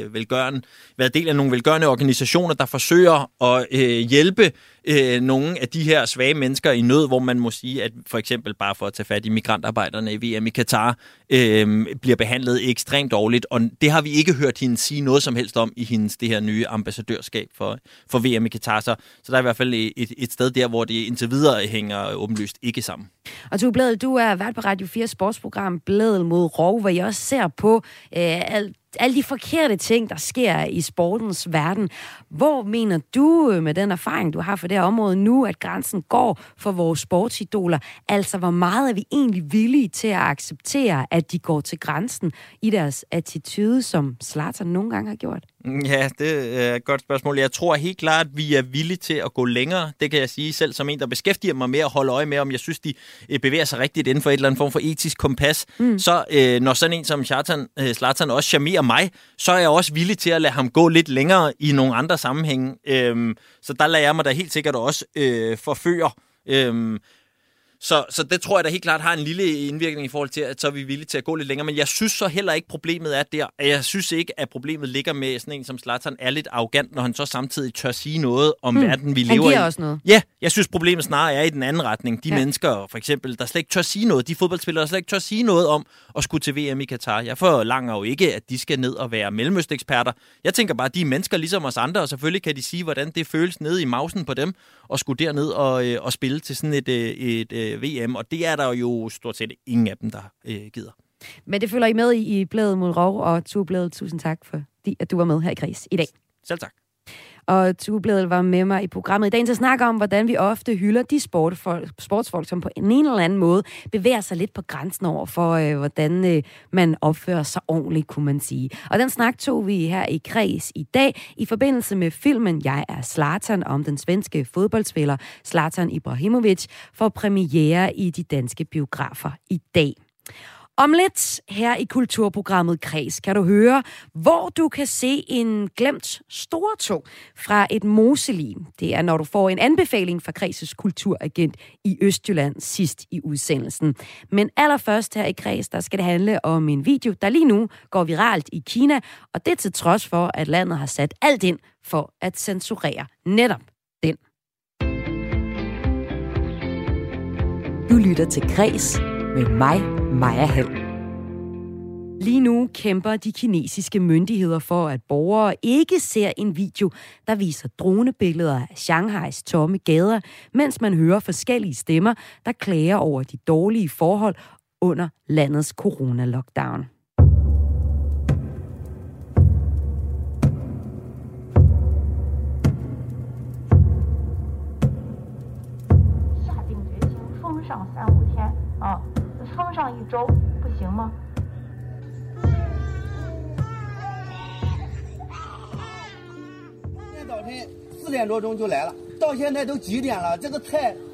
del af nogle velgørende organisationer, der forsøger at hjælpe nogle af de her svage mennesker i nød, hvor man må sige, at for eksempel bare for at tage fat i migrantarbejderne i VM i Katar, bliver behandlet ekstremt dårligt, og det har vi ikke hørt hende sige noget som helst om i hendes det her nye ambassadørskab for VM i Katar, så der er i hvert fald et sted der, hvor det indtil videre hænger åbenlyst ikke sammen. Og Tue Blædel, du er vært på Radio 4 sportsprogram Blædel mod Rov, hvor jeg også ser på alle de forkerte ting, der sker i sportens verden. Hvor mener du med den erfaring, du har for det her område nu, at grænsen går for vores sportsidoler? Altså, hvor meget er vi egentlig villige til at acceptere, at de går til grænsen i deres attitude, som Zlatan nogle gange har gjort? Ja, det er et godt spørgsmål. Jeg tror helt klart, at vi er villige til at gå længere. Det kan jeg sige selv som en, der beskæftiger mig med at holde øje med, om jeg synes, de bevæger sig rigtigt inden for et eller andet form for etisk kompas. Så når sådan en som Zlatan også charmerer mig, så er jeg også villig til at lade ham gå lidt længere i nogle andre sammenhænge. Så der lader jeg mig da helt sikkert også forføre. Så det tror jeg da helt klart har en lille indvirkning i forhold til, at så er vi villige til at gå lidt længere. Men jeg synes så heller ikke, problemet er der. Jeg synes ikke, at problemet ligger med sådan en som Zlatan er lidt arrogant, når han så samtidig tør sige noget om verden, vi lever i. Han giver også noget. Ja, jeg synes, problemet snarere er i den anden retning. De mennesker, for eksempel, der slet ikke tør sige noget. De fodboldspillere, der slet ikke tør sige noget om at skulle til VM i Katar. Jeg forlanger jo ikke, at de skal ned og være mellemøsteksperter. Jeg tænker bare, at de er mennesker ligesom os andre, og selvfølgelig kan de sige, hvordan det føles nede i mausen på dem, og skulle derned og spille til sådan et VM, og det er der jo stort set ingen af dem, der gider. Men det følger I med i Blædel mod Rov, og Tue Blædel, tusind tak for, at du var med her i Kreds i dag. Selv tak. Og Tue Blædel var med mig i programmet i dag til at snakke om, hvordan vi ofte hylder de sportsfolk, som på en eller anden måde bevæger sig lidt på grænsen over for, hvordan man opfører sig ordentligt, kunne man sige. Og den snak tog vi her i Kreds i dag i forbindelse med filmen Jeg er Zlatan om den svenske fodboldspiller Zlatan Ibrahimovic for premiere i de danske biografer i dag. Om lidt her i kulturprogrammet Kreds kan du høre, hvor du kan se en glemt stortog fra et moselig. Det er, når du får en anbefaling fra Kreds' kulturagent i Østjylland sidst i udsendelsen. Men allerførst her i Kreds, der skal det handle om en video, der lige nu går viralt i Kina, og det til trods for, at landet har sat alt ind for at censurere netop den. Du lytter til Kreds med mig, Maja Hall. Lige nu kæmper de kinesiske myndigheder for, at borgere ikke ser en video, der viser dronebilleder af Shanghais tomme gader, mens man hører forskellige stemmer, der klager over de dårlige forhold under landets corona-lockdown.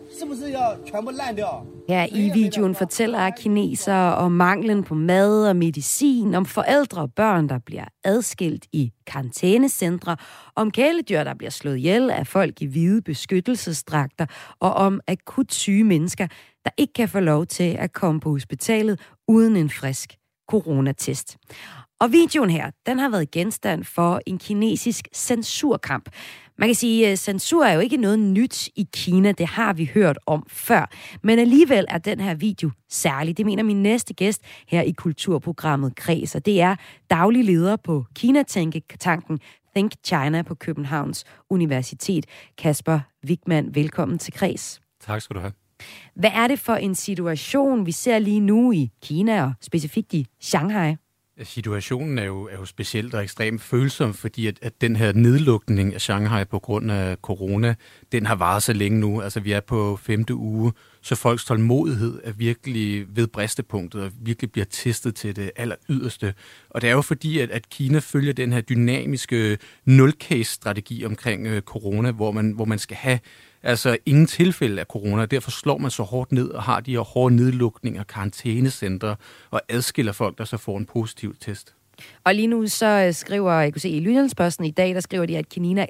Her i videoen fortæller kinesere om manglen på mad og medicin, om forældre og børn, der bliver adskilt i karantænecentre, om kæledyr, der bliver slået ihjel af folk i hvide beskyttelsesdragter, og om akut syge mennesker, der ikke kan få lov til at komme på hospitalet uden en frisk coronatest. Og videoen her, den har været genstand for en kinesisk censurkamp. Man kan sige, at censur er jo ikke noget nyt i Kina, det har vi hørt om før. Men alligevel er den her video særlig. Det mener min næste gæst her i kulturprogrammet Kreds, og det er daglig leder på Kina-tænketanken Think China på Københavns Universitet. Kasper Wichmann, velkommen til Kreds. Tak skal du have. Hvad er det for en situation, vi ser lige nu i Kina og specifikt i Shanghai? Situationen er jo specielt og ekstremt følsom, fordi at den her nedlukning af Shanghai på grund af corona, den har varet så længe nu. Altså vi er på 5. uge, så folks tålmodighed er virkelig ved bristepunktet og virkelig bliver testet til det aller yderste. Og det er jo fordi, at Kina følger den her dynamiske nul-case-strategi omkring corona, hvor man skal have altså ingen tilfælde af corona, derfor slår man så hårdt ned og har de her hårde nedlukninger, karantænecentre og adskiller folk, der så får en positiv test. Og lige nu så skriver, jeg kunne se i Jyllands-Posten i dag, der skriver de, at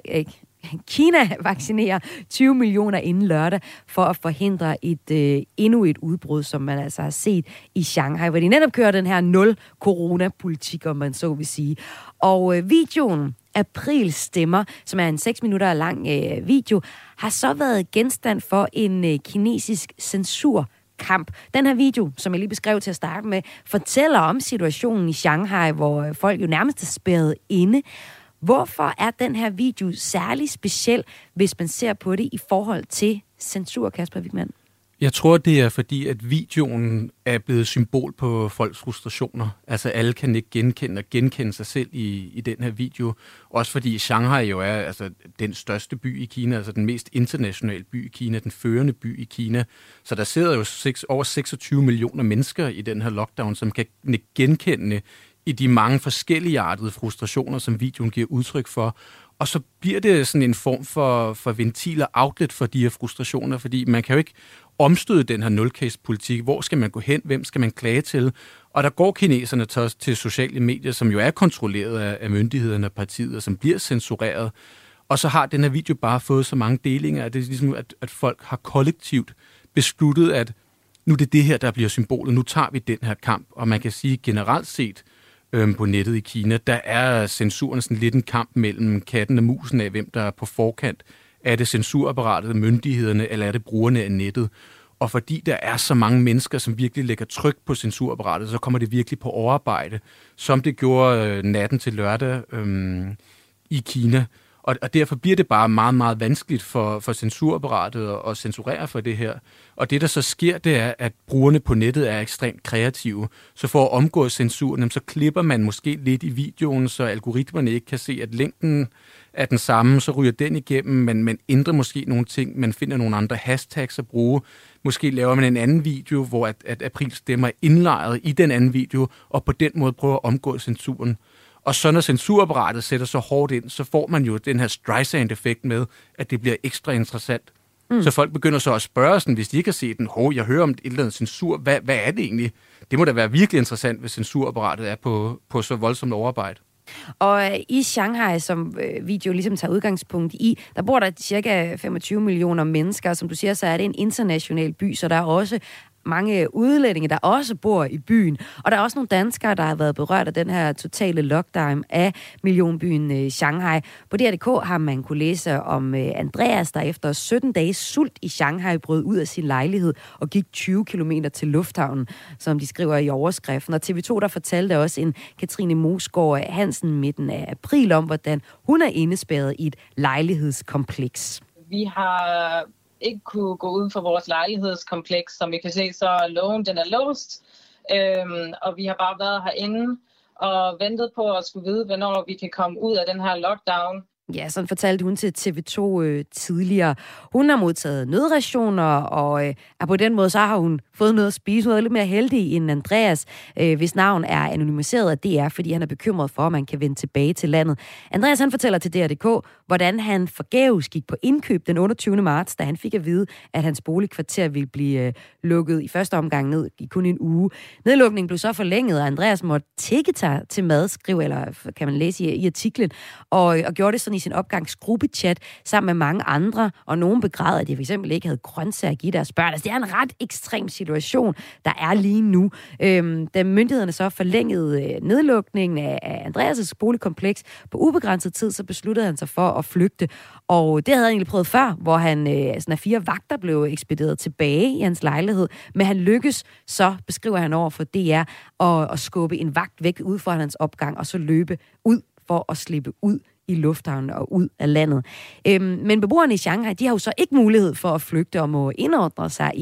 Kina vaccinerer 20 millioner inden lørdag for at forhindre endnu et udbrud, som man altså har set i Shanghai, hvor de netop kører den her nul-corona-politik, om man så vil sige. Og videoen Aprils stemmer, som er en 6 minutter lang video, har så været genstand for en kinesisk censurkamp. Den her video, som jeg lige beskrev til at starte med, fortæller om situationen i Shanghai, hvor folk jo nærmest er spærret inde. Hvorfor er den her video særlig speciel, hvis man ser på det i forhold til censur, Kasper Wichmann? Jeg tror, det er fordi, at videoen er blevet symbol på folks frustrationer. Altså alle kan ikke genkende sig selv i den her video. Også fordi Shanghai jo er altså den største by i Kina, altså den mest internationale by i Kina, den førende by i Kina. Så der sidder jo over 26 millioner mennesker i den her lockdown, som kan genkende i de mange forskelligartede frustrationer, som videoen giver udtryk for. Og så bliver det sådan en form for ventil og outlet for de her frustrationer, fordi man kan jo ikke omstøde den her nul-case-politik. Hvor skal man gå hen? Hvem skal man klage til? Og der går kineserne til sociale medier, som jo er kontrolleret af myndighederne og partiet, som bliver censureret. Og så har den her video bare fået så mange delinger, at det er ligesom, at folk har kollektivt besluttet, at nu er det her, der bliver symbolet. Nu tager vi den her kamp. Og man kan sige generelt set, på nettet i Kina, der er censuren sådan lidt en kamp mellem katten og musen af, hvem der er på forkant. Er det censurapparatet, myndighederne, eller er det brugerne af nettet? Og fordi der er så mange mennesker, som virkelig lægger tryk på censurapparatet, så kommer det virkelig på overarbejde, som det gjorde natten til lørdag i Kina. Og derfor bliver det bare meget, meget vanskeligt for censurapparatet at censurere for det her. Og det, der så sker, det er, at brugerne på nettet er ekstremt kreative. Så for at omgå censuren, så klipper man måske lidt i videoen, så algoritmerne ikke kan se, at længden er den samme. Så ryger den igennem, men man ændrer måske nogle ting. Man finder nogle andre hashtags at bruge. Måske laver man en anden video, hvor at Aprils stemmer er indlejret i den anden video, og på den måde prøver at omgå censuren. Og så når censurapparatet sætter så hårdt ind, så får man jo den her Streisand-effekt med, at det bliver ekstra interessant. Så folk begynder så at spørge sådan, hvis de ikke har set den, jeg hører om et eller andet censur, hvad er det egentlig? Det må da være virkelig interessant, hvis censurapparatet er på så voldsomt overarbejde. Og i Shanghai, som video ligesom tager udgangspunkt i, der bor der cirka 25 millioner mennesker. Som du siger, så er det en international by, så der er også mange udlændinge, der også bor i byen. Og der er også nogle danskere, der har været berørt af den her totale lockdown af millionbyen Shanghai. På DR.dk har man kunne læse om Andreas, der efter 17 dages sult i Shanghai brød ud af sin lejlighed og gik 20 kilometer til lufthavnen, som de skriver i overskriften. Og TV2, der fortalte også en Katrine Mosgaard Hansen midten af april om, hvordan hun er indespærret i et lejlighedskompleks. Vi har ikke kunne gå ud for vores lejlighedskompleks. Som I kan se, så er lågen, den er låst. Og vi har bare været herinde og ventet på at skulle vide, hvornår vi kan komme ud af den her lockdown. Ja, sådan fortalte hun til TV2 tidligere. Hun har modtaget nødrationer, og på den måde så har hun fået noget at spise. Hun er lidt mere heldig end Andreas, hvis navn er anonymiseret af DR, fordi han er bekymret for, at man kan vende tilbage til landet. Andreas han fortæller til DR.dk, hvordan han forgæves gik på indkøb den 28. marts, da han fik at vide, at hans boligkvarter ville blive lukket i første omgang ned i kun en uge. Nedlukningen blev så forlænget, og Andreas måtte tikke til mad, skrive, eller kan man læse i artiklen, og gjorde det sådan i sin opgangsgruppechat sammen med mange andre, og nogen begræder, at de for eksempel ikke havde grøntsager at give deres børn. Altså, det er en ret ekstrem situation, der er lige nu. Da myndighederne så forlængede nedlukningen af Andreas' boligkompleks på ubegrænset tid, så besluttede han sig for at flygte. Og det havde han egentlig prøvet før, hvor han sådan 4 vagter blev ekspederet tilbage i hans lejlighed. Men han lykkes, så beskriver han over for DR, at skubbe en vagt væk ud fra hans opgang, og så løbe ud for at slippe ud i lufthavnen og ud af landet. Men beboerne i Shanghai, de har jo så ikke mulighed for at flygte og må indordne sig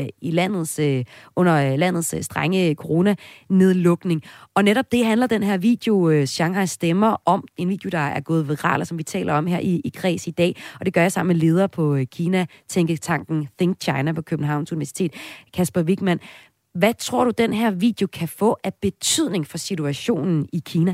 under landets strenge coronanedlukning. Og netop det handler den her video, Shanghai stemmer, om. En video, der er gået viral, som vi taler om her i Kreds i dag. Og det gør jeg sammen med leder på Kina-tænketanken Think China på Københavns Universitet, Kasper Wigman. Hvad tror du, den her video kan få af betydning for situationen i Kina?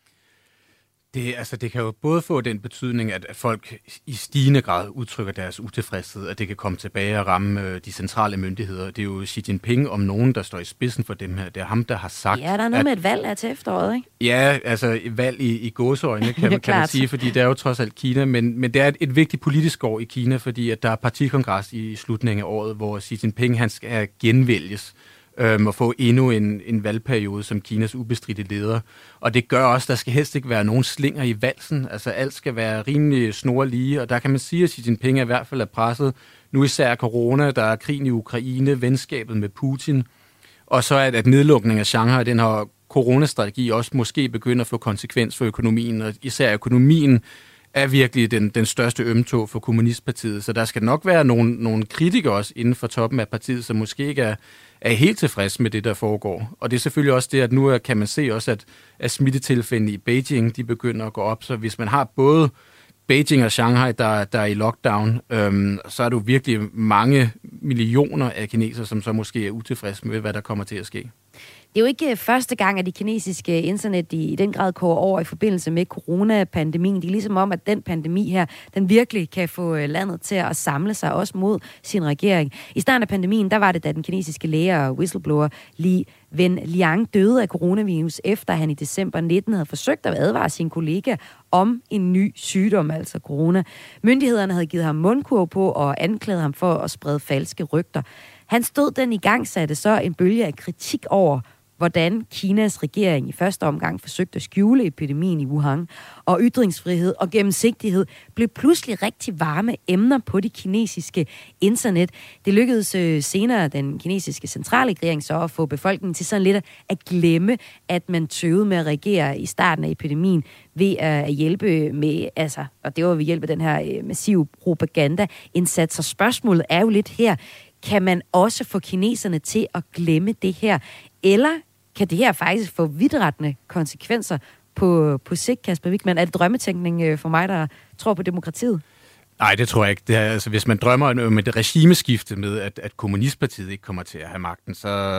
Det kan jo både få den betydning, at folk i stigende grad udtrykker deres utilfredshed, at det kan komme tilbage og ramme de centrale myndigheder. Det er jo Xi Jinping om nogen, der står i spidsen for dem her. Det er ham, der har sagt... Ja, der er noget med et valg her til efteråret, ikke? Ja, altså et valg i gåseøjne, kan man sige, fordi det er jo trods alt Kina. Men det er et vigtigt politisk år i Kina, fordi at der er partikongres i slutningen af året, hvor Xi Jinping han skal genvælges og få endnu en valgperiode som Kinas ubestridte leder. Og det gør også, at der skal helst ikke være nogen slinger i valsen. Altså alt skal være rimelig snorlige, og der kan man sige, at Xi Jinping i hvert fald er presset. Nu især corona, der er krigen i Ukraine, venskabet med Putin, og så at nedlukningen af Shanghai, den her coronastrategi også måske begynder at få konsekvens for økonomien, og især økonomien er virkelig den største ømtog for Kommunistpartiet. Så der skal nok være nogle kritikere også inden for toppen af partiet, som måske ikke er helt tilfreds med det, der foregår. Og det er selvfølgelig også det, at nu kan man se også, at smittetilfældene i Beijing, de begynder at gå op. Så hvis man har både Beijing og Shanghai, der er i lockdown, så er du virkelig mange millioner af kinesere, som så måske er utilfredse med, hvad der kommer til at ske. Det er jo ikke første gang, at de kinesiske internet i den grad koger over i forbindelse med coronapandemien. Det er ligesom om, at den pandemi her, den virkelig kan få landet til at samle sig også mod sin regering. I starten af pandemien, der var det, da den kinesiske læge og whistleblower Li Wenliang døde af coronavirus, efter han i december 19 havde forsøgt at advare sin kollega om en ny sygdom, altså corona. Myndighederne havde givet ham mundkurv på og anklaget ham for at sprede falske rygter. Hans død, den igangsatte så en bølge af kritik over, hvordan Kinas regering i første omgang forsøgte at skjule epidemien i Wuhan, og ytringsfrihed og gennemsigtighed blev pludselig rigtig varme emner på det kinesiske internet. Det lykkedes senere den kinesiske centralregering så at få befolkningen til sådan lidt at glemme, at man tøvede med at reagere i starten af epidemien ved at hjælpe med, og det var ved hjælp af den her massive propagandaindsats. Så spørgsmålet er jo lidt her, kan man også få kineserne til at glemme det her? Eller kan det her faktisk få vidtrækkende konsekvenser på sigt, Kasper Wigman? Er det drømmetænkning for mig, der tror på demokratiet? Nej, det tror jeg ikke. Det er, altså, hvis man drømmer om et regimeskifte med, at Kommunistpartiet ikke kommer til at have magten,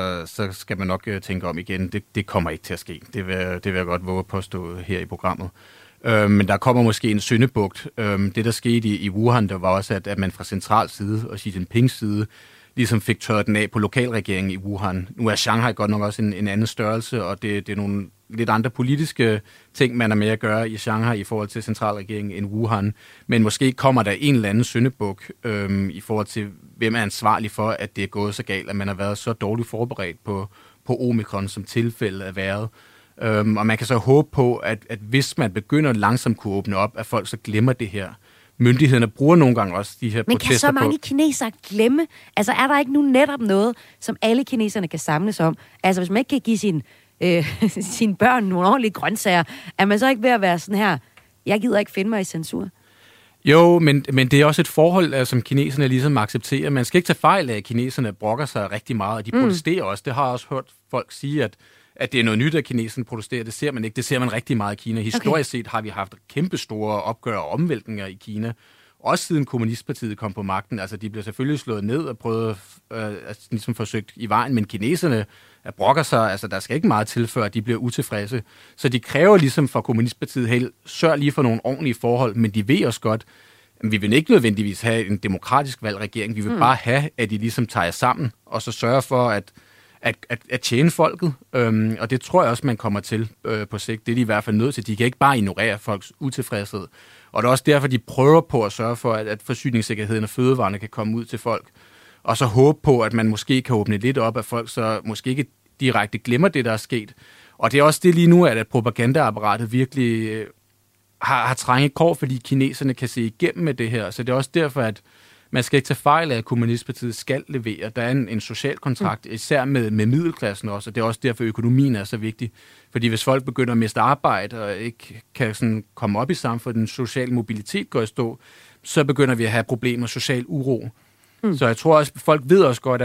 så skal man nok tænke om igen. Det kommer ikke til at ske. Det vil jeg godt våge at påstå her i programmet. Men der kommer måske en syndebugt. Det, der skete i Wuhan, der var også, at man fra central side og Xi Jinpings side ligesom fik tørret den af på lokalregeringen i Wuhan. Nu er Shanghai godt nok også en anden størrelse, og det er nogle lidt andre politiske ting, man er med at gøre i Shanghai i forhold til centralregeringen end Wuhan. Men måske kommer der en eller anden syndebuk i forhold til, hvem er ansvarlig for, at det er gået så galt, at man har været så dårligt forberedt på omikron, som tilfældet er været. Og man kan så håbe på, at hvis man begynder langsomt kunne åbne op, at folk så glemmer det her. Myndighederne bruger nogle gange også de her protester på... Men kan så mange kinesere glemme? Altså er der ikke nu netop noget, som alle kineserne kan samles om? Altså hvis man ikke kan give sine børn nogle ordentlige grøntsager, er man så ikke ved at være sådan her, jeg gider ikke finde mig i censur? Jo, men det er også et forhold, som kineserne ligesom accepterer. Man skal ikke tage fejl af, at kineserne brokker sig rigtig meget, og de protesterer også. Det har jeg også hørt folk sige, at det er noget nyt, at kineserne protesterer. Det ser man ikke. Det ser man rigtig meget i Kina. Historisk set har vi haft kæmpe store opgør og omvæltninger i Kina. også siden Kommunistpartiet kom på magten. Altså, de blev selvfølgelig slået ned og prøvet ligesom forsøgt i vejen, men kineserne brokker sig, altså der skal ikke meget til, før de bliver utilfredse. Så de kræver ligesom fra Kommunistpartiet helt, sørg lige for nogle ordentlige forhold, men de ved også godt, at vi vil ikke nødvendigvis have en demokratisk valgregering. Vi vil bare have, at de ligesom tager sammen, og så sørger for at tjene folket. Og det tror jeg også, man kommer til på sigt. Det er de i hvert fald nødt til. De kan ikke bare ignorere folks utilfredshed. Og det er også derfor, de prøver på at sørge for, at forsyningssikkerheden og fødevarene kan komme ud til folk. Og så håbe på, at man måske kan åbne lidt op, at folk så måske ikke direkte glemmer det, der er sket. Og det er også det lige nu, at propagandaapparatet virkelig har trængt kår, fordi kineserne kan se igennem med det her. Så det er også derfor, at man skal ikke tage fejl af, at Kommunistpartiet skal levere. Der er en social kontrakt, især med middelklassen også, og det er også derfor, økonomien er så vigtig. Fordi hvis folk begynder at miste arbejde og ikke kan sådan komme op i samfundet, den sociale mobilitet går i stå, så begynder vi at have problemer med social uro. Så jeg tror også, folk ved også godt,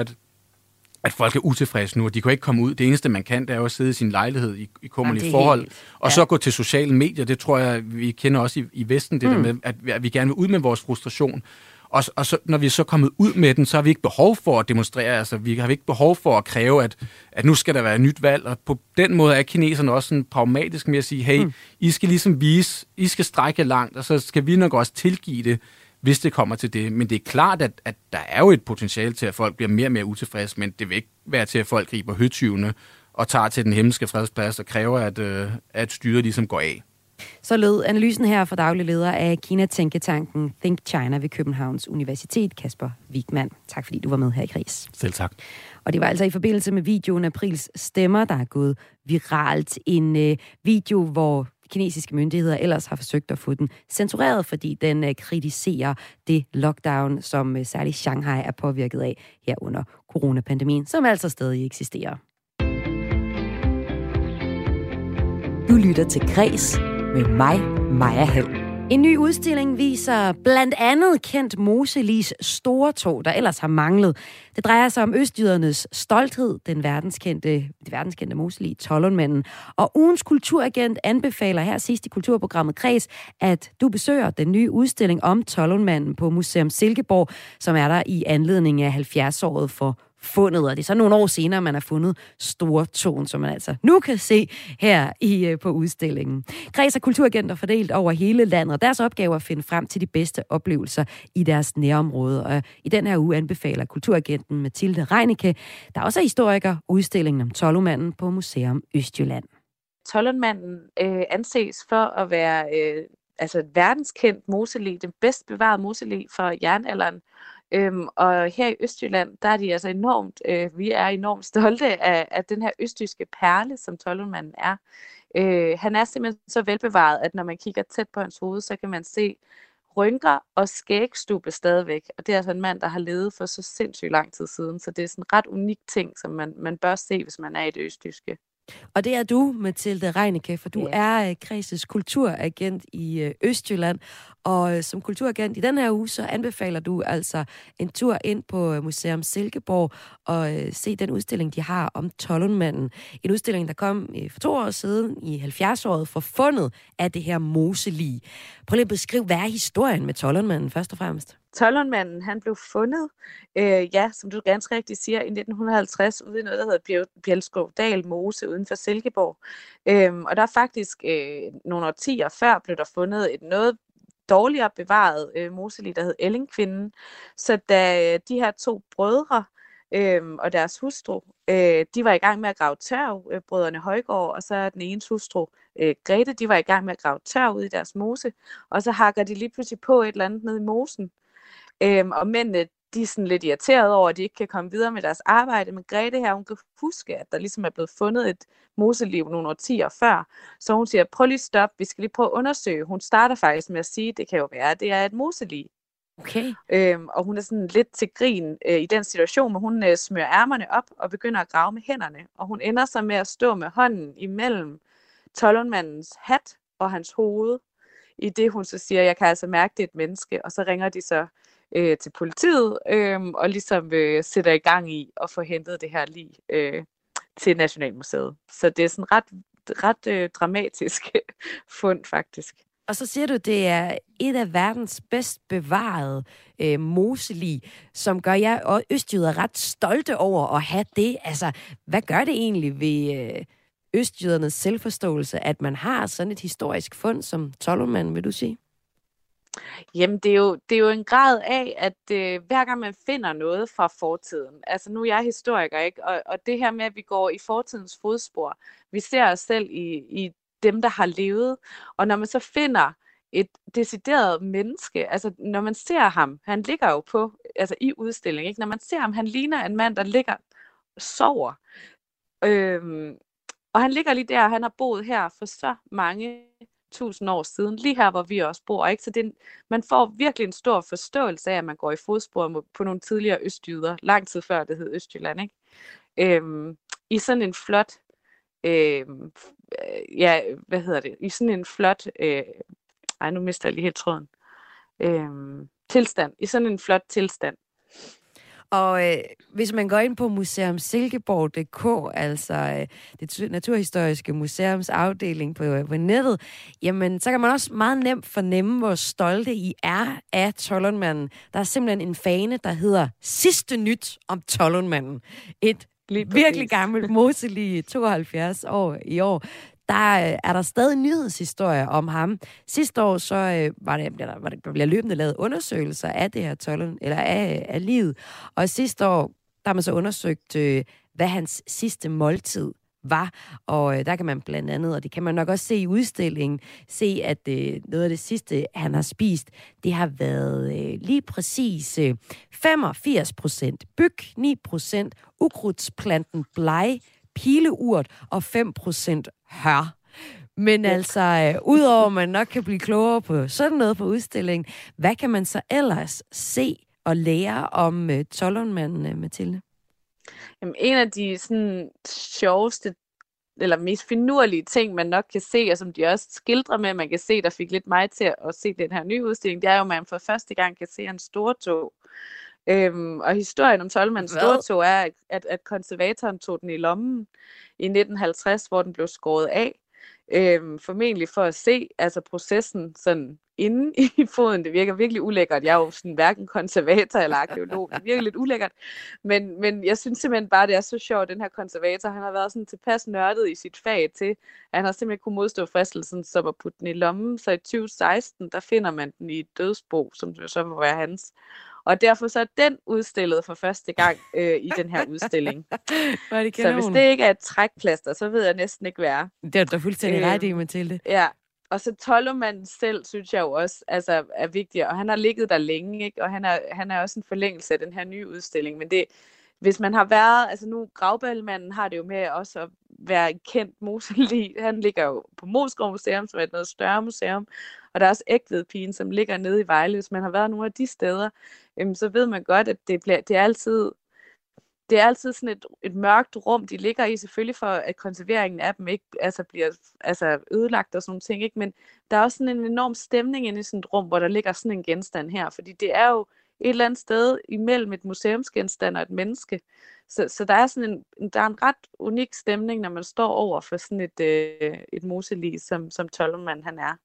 at folk er utilfredse nu, og de kan ikke komme ud. Det eneste, man kan, det er jo at sidde i sin lejlighed i kummerlige forhold, og så gå til sociale medier. Det tror jeg, vi kender også i Vesten, det der med, at vi gerne vil ud med vores frustration. Og så, når vi er så kommet ud med den, så har vi ikke behov for at demonstrere. Altså, vi har ikke behov for at kræve, at nu skal der være et nyt valg. Og på den måde er kineserne også sådan pragmatisk med at sige, hey, I skal ligesom vise, I skal strække langt, og så skal vi nok også tilgive det, hvis det kommer til det. Men det er klart, at der er jo et potentiale til, at folk bliver mere og mere utilfredse, men det vil ikke være til, at folk griber høtyvene og tager til den himmelske fredsplads og kræver, at styret ligesom går af. Så lød analysen her fra daglig leder af Kina-tænketanken Think China ved Københavns Universitet, Kasper Wigman. Tak fordi du var med her i Kris. Selv tak. Og det var altså i forbindelse med videoen Aprils stemmer, der er gået viralt. En video, hvor kinesiske myndigheder ellers har forsøgt at få den censureret, fordi den kritiserer det lockdown, som særligt Shanghai er påvirket af her under coronapandemien, som altså stadig eksisterer. Du lytter til Kres med mig, Maja Hall. En ny udstilling viser blandt andet kendt Moselis store tog, der ellers har manglet. Det drejer sig om østjydernes stolthed, det verdenskendte Moseli, Tollundmanden. Og ugens kulturagent anbefaler her sidst i kulturprogrammet Kres, at du besøger den nye udstilling om Tollundmanden på Museum Silkeborg, som er der i anledning af 70-året for fundet, og det er så nogle år senere, man har fundet store tårn, som man altså nu kan se her på udstillingen. Kreds af kulturagenter fordelt over hele landet, og deres opgave er at finde frem til de bedste oplevelser i deres nærområde. Og i den her uge anbefaler kulturagenten Mathilde Reinicke, der også er historiker, udstillingen om Tollundmanden på Museum Østjylland. Tollundmanden anses for at være et verdenskendt moselig, den bedst bevarede moseli fra jernalderen. Og her i Østjylland, der er de altså vi er enormt stolte af den her østjyske perle, som Tollundmanden er. Han er simpelthen så velbevaret, at når man kigger tæt på hans hoved, så kan man se rynker og skægstube stadigvæk. Og det er altså en mand, der har levet for så sindssygt lang tid siden, så det er sådan en ret unik ting, som man bør se, hvis man er i det østjyske. Og det er du, Mathilde Reinicke, for du er Kres' kulturagent i Østjylland. Og som kulturagent i den her uge, så anbefaler du altså en tur ind på Museum Silkeborg og se den udstilling, de har om Tollundmanden. En udstilling, der kom for 2 år siden i 70-året for fundet af det her moselig. Prøv lige at beskrive, hvad er historien med Tollundmanden først og fremmest? Tollundmanden, han blev fundet, som du ganske rigtigt siger, i 1950 ude i noget, der hedder Bjelskovdal Mose uden for Silkeborg. Og der er faktisk nogle årtier før blev der fundet et noget dårligere bevaret moseli, der hed Ellingkvinden. Så da de her 2 brødre og deres hustru, de var i gang med at grave tørv, brødrene Højgaard, og så den ene hustru, Grete, de var i gang med at grave tørv ud i deres mose, og så hakker de lige pludselig på et eller andet ned i mosen. Og mændene, de er sådan lidt irriteret over, at de ikke kan komme videre med deres arbejde, men Grete her, hun kan huske, at der ligesom er blevet fundet et moseliv nogle årtier før, så hun siger, prøv lige stop, vi skal lige prøve at undersøge. Hun starter faktisk med at sige, at det kan jo være, at det er et moseliv. Okay. Og hun er sådan lidt til grin i den situation, hvor hun smører ærmerne op og begynder at grave med hænderne, og hun ender så med at stå med hånden imellem Tollundmandens hat og hans hoved, i det hun så siger, jeg kan altså mærke, det er et menneske, og så ringer de så til politiet, og ligesom sætter i gang i at få hentet det her lig til Nationalmuseet. Så det er sådan ret dramatisk fund, faktisk. Og så siger du, det er et af verdens bedst bevarede moselig, som gør jer og østjyder ret stolte over at have det. Altså, hvad gør det egentlig ved østjydernes selvforståelse, at man har sådan et historisk fund som Tollundmanden, vil du sige? Jamen, det er jo en grad af, at hver gang man finder noget fra fortiden, altså nu er jeg historiker, ikke? Og det her med, at vi går i fortidens fodspor, vi ser os selv i dem, der har levet, og når man så finder et decideret menneske, altså når man ser ham, han ligger jo på, altså i udstillingen, ikke? Når man ser ham, han ligner en mand, der ligger og sover, og han ligger lige der, han har boet her for så mange 1000 år siden, lige her, hvor vi også bor, ikke? Så man får virkelig en stor forståelse af, at man går i fodspor på nogle tidligere østjyder, lang tid før det hed Østjylland, ikke? I sådan en flot, i sådan en flot, nu mister jeg lige helt tråden, tilstand, i sådan en flot tilstand. Og hvis man går ind på museumsilkeborg.dk, altså det Naturhistoriske Museums afdeling på nettet, jamen så kan man også meget nemt fornemme, hvor stolte I er af Tollundmanden. Der er simpelthen en fane, der hedder Sidste nyt om Tollundmanden. Et virkelig gammelt moselig 72 år i år. Der er der stadig nyhedshistorier om ham. Sidste år så bliver løbende lavet undersøgelser af det her af livet. Og sidste år der har man så undersøgt, hvad hans sidste måltid var. Og der kan man blandt andet, og det kan man nok også se i udstillingen, se at noget af det sidste, han har spist, det har været lige præcis 85% byg, 9% ukrudtsplanten bleg, pileurt og 5% hør. Men altså, udover at man nok kan blive klogere på sådan noget på udstillingen, hvad kan man så ellers se og lære om Tollundmanden, Mathilde? Jamen, en af de sådan sjoveste eller mest finurlige ting, man nok kan se, og som de også skildrer med, man kan se, der fik lidt mig til at se den her nye udstilling, det er jo, at man for første gang kan se hans stortog. Og historien om Tollundmandens stortog er, at konservatoren tog den i lommen i 1950, hvor den blev skåret af. Formentlig for at se altså processen sådan inde i foden. Det virker virkelig ulækkert. Jeg er jo sådan hverken konservator eller arkeolog. Det virker lidt ulækkert. Men jeg synes simpelthen bare, det er så sjovt, den her konservator. Han har været sådan tilpas nørdet i sit fag til, at han har simpelthen kunne modstå fristelsen som at putte den i lommen. Så i 2016, der finder man den i et dødsbo, som så må være hans. Og derfor så er den udstillet for første gang i den her udstilling. Så hvis det ikke er et trækplaster, så ved jeg næsten ikke, hvad er. Det er da fuldstændig ret i, Mathilde. Ja, og så Tollundmanden selv, synes jeg jo også altså, er vigtig, og han har ligget der længe, ikke? Og han er også en forlængelse af den her nye udstilling. Men det, hvis man har været, altså nu Grauballemanden har det jo med også at være en kendt moselig. Han ligger jo på Moesgaard Museum, som er et noget større museum. Og der er også Egtvedpigen, som ligger nede i Vejle. Hvis man har været nogle af de steder, så ved man godt, at det er altid sådan et mørkt rum, de ligger i, selvfølgelig for, at konserveringen af dem ikke bliver ødelagt og sådan nogle ting. Ikke? Men der er også sådan en enorm stemning inde i sådan et rum, hvor der ligger sådan en genstand her. Fordi det er jo et eller andet sted imellem et museumsgenstand og et menneske. Så der er sådan en ret unik stemning, når man står over for sådan et moselig, som Tollundmanden han er.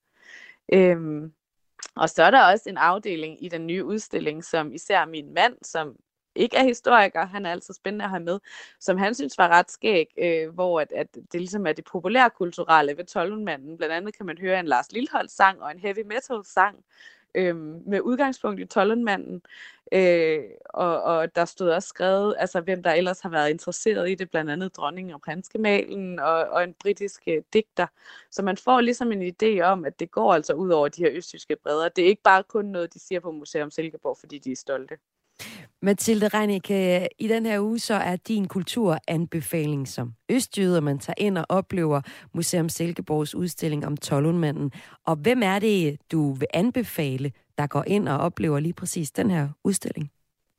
Og så er der også en afdeling i den nye udstilling, som især min mand, som ikke er historiker, han er altså spændende at have med, som han synes var ret skæg, hvor at det ligesom er det populærkulturelle ved Tollundmanden. Blandt andet kan man høre en Lars Lilholt sang og en heavy metal sang med udgangspunkt i Tollundmanden. Og der stod også skrevet, altså hvem der ellers har været interesseret i det, blandt andet dronningen og prinsgemalen og en britisk digter. Så man får ligesom en idé om, at det går altså ud over de her østjyske bredder. Det er ikke bare kun noget, de siger på Museum Silkeborg, fordi de er stolte. Mathilde Reinicke, i den her uge så er din kulturanbefaling som østjyder, man tager ind og oplever Museum Silkeborgs udstilling om Tollundmanden. Og hvem er det, du vil anbefale, der går ind og oplever lige præcis den her udstilling?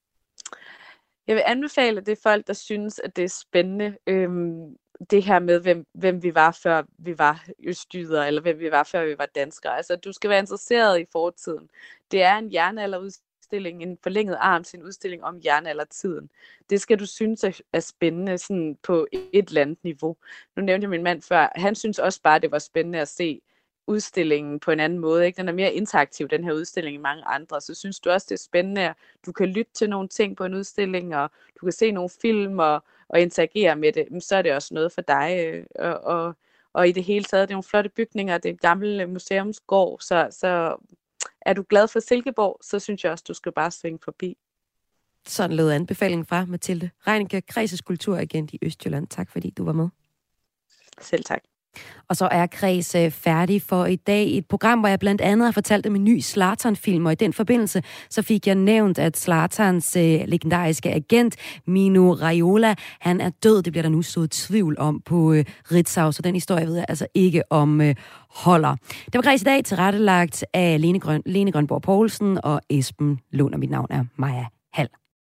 Jeg vil anbefale det folk, der synes, at det er spændende. Det her med, hvem vi var, før vi var østjyder, eller hvem vi var, før vi var danskere. Altså, du skal være interesseret i fortiden. Det er en jernalderudstilling, en forlænget arm til en udstilling om jernaldertiden. Det skal du synes er spændende sådan på et eller andet niveau. Nu nævnte jeg min mand før. Han synes også bare, det var spændende at se udstillingen på en anden måde. Ikke? Den er mere interaktiv, den her udstilling, end mange andre. Så synes du også, det er spændende, at du kan lytte til nogle ting på en udstilling, og du kan se nogle film og interagere med det. Så er det også noget for dig. Og i det hele taget, det er nogle flotte bygninger, det er en gammel museumsgård, så er du glad for Silkeborg, så synes jeg også, du skal bare svinge forbi. Sådan lød anbefalingen fra Mathilde Reinicke, Kredses kulturagent i Østjylland. Tak fordi du var med. Selv tak. Og så er Kreds færdig for i dag. Et program, hvor jeg blandt andet har fortalt om en ny Zlatan-film, og i den forbindelse så fik jeg nævnt, at Zlatans legendariske agent, Mino Raiola, han er død. Det bliver der nu sået tvivl om på Ritzau, så den historie ved jeg altså ikke om holder. Det var Kreds i dag, tilrettelagt af Lene Grønborg Poulsen og Esben Lund, og mit navn er Maja Hall.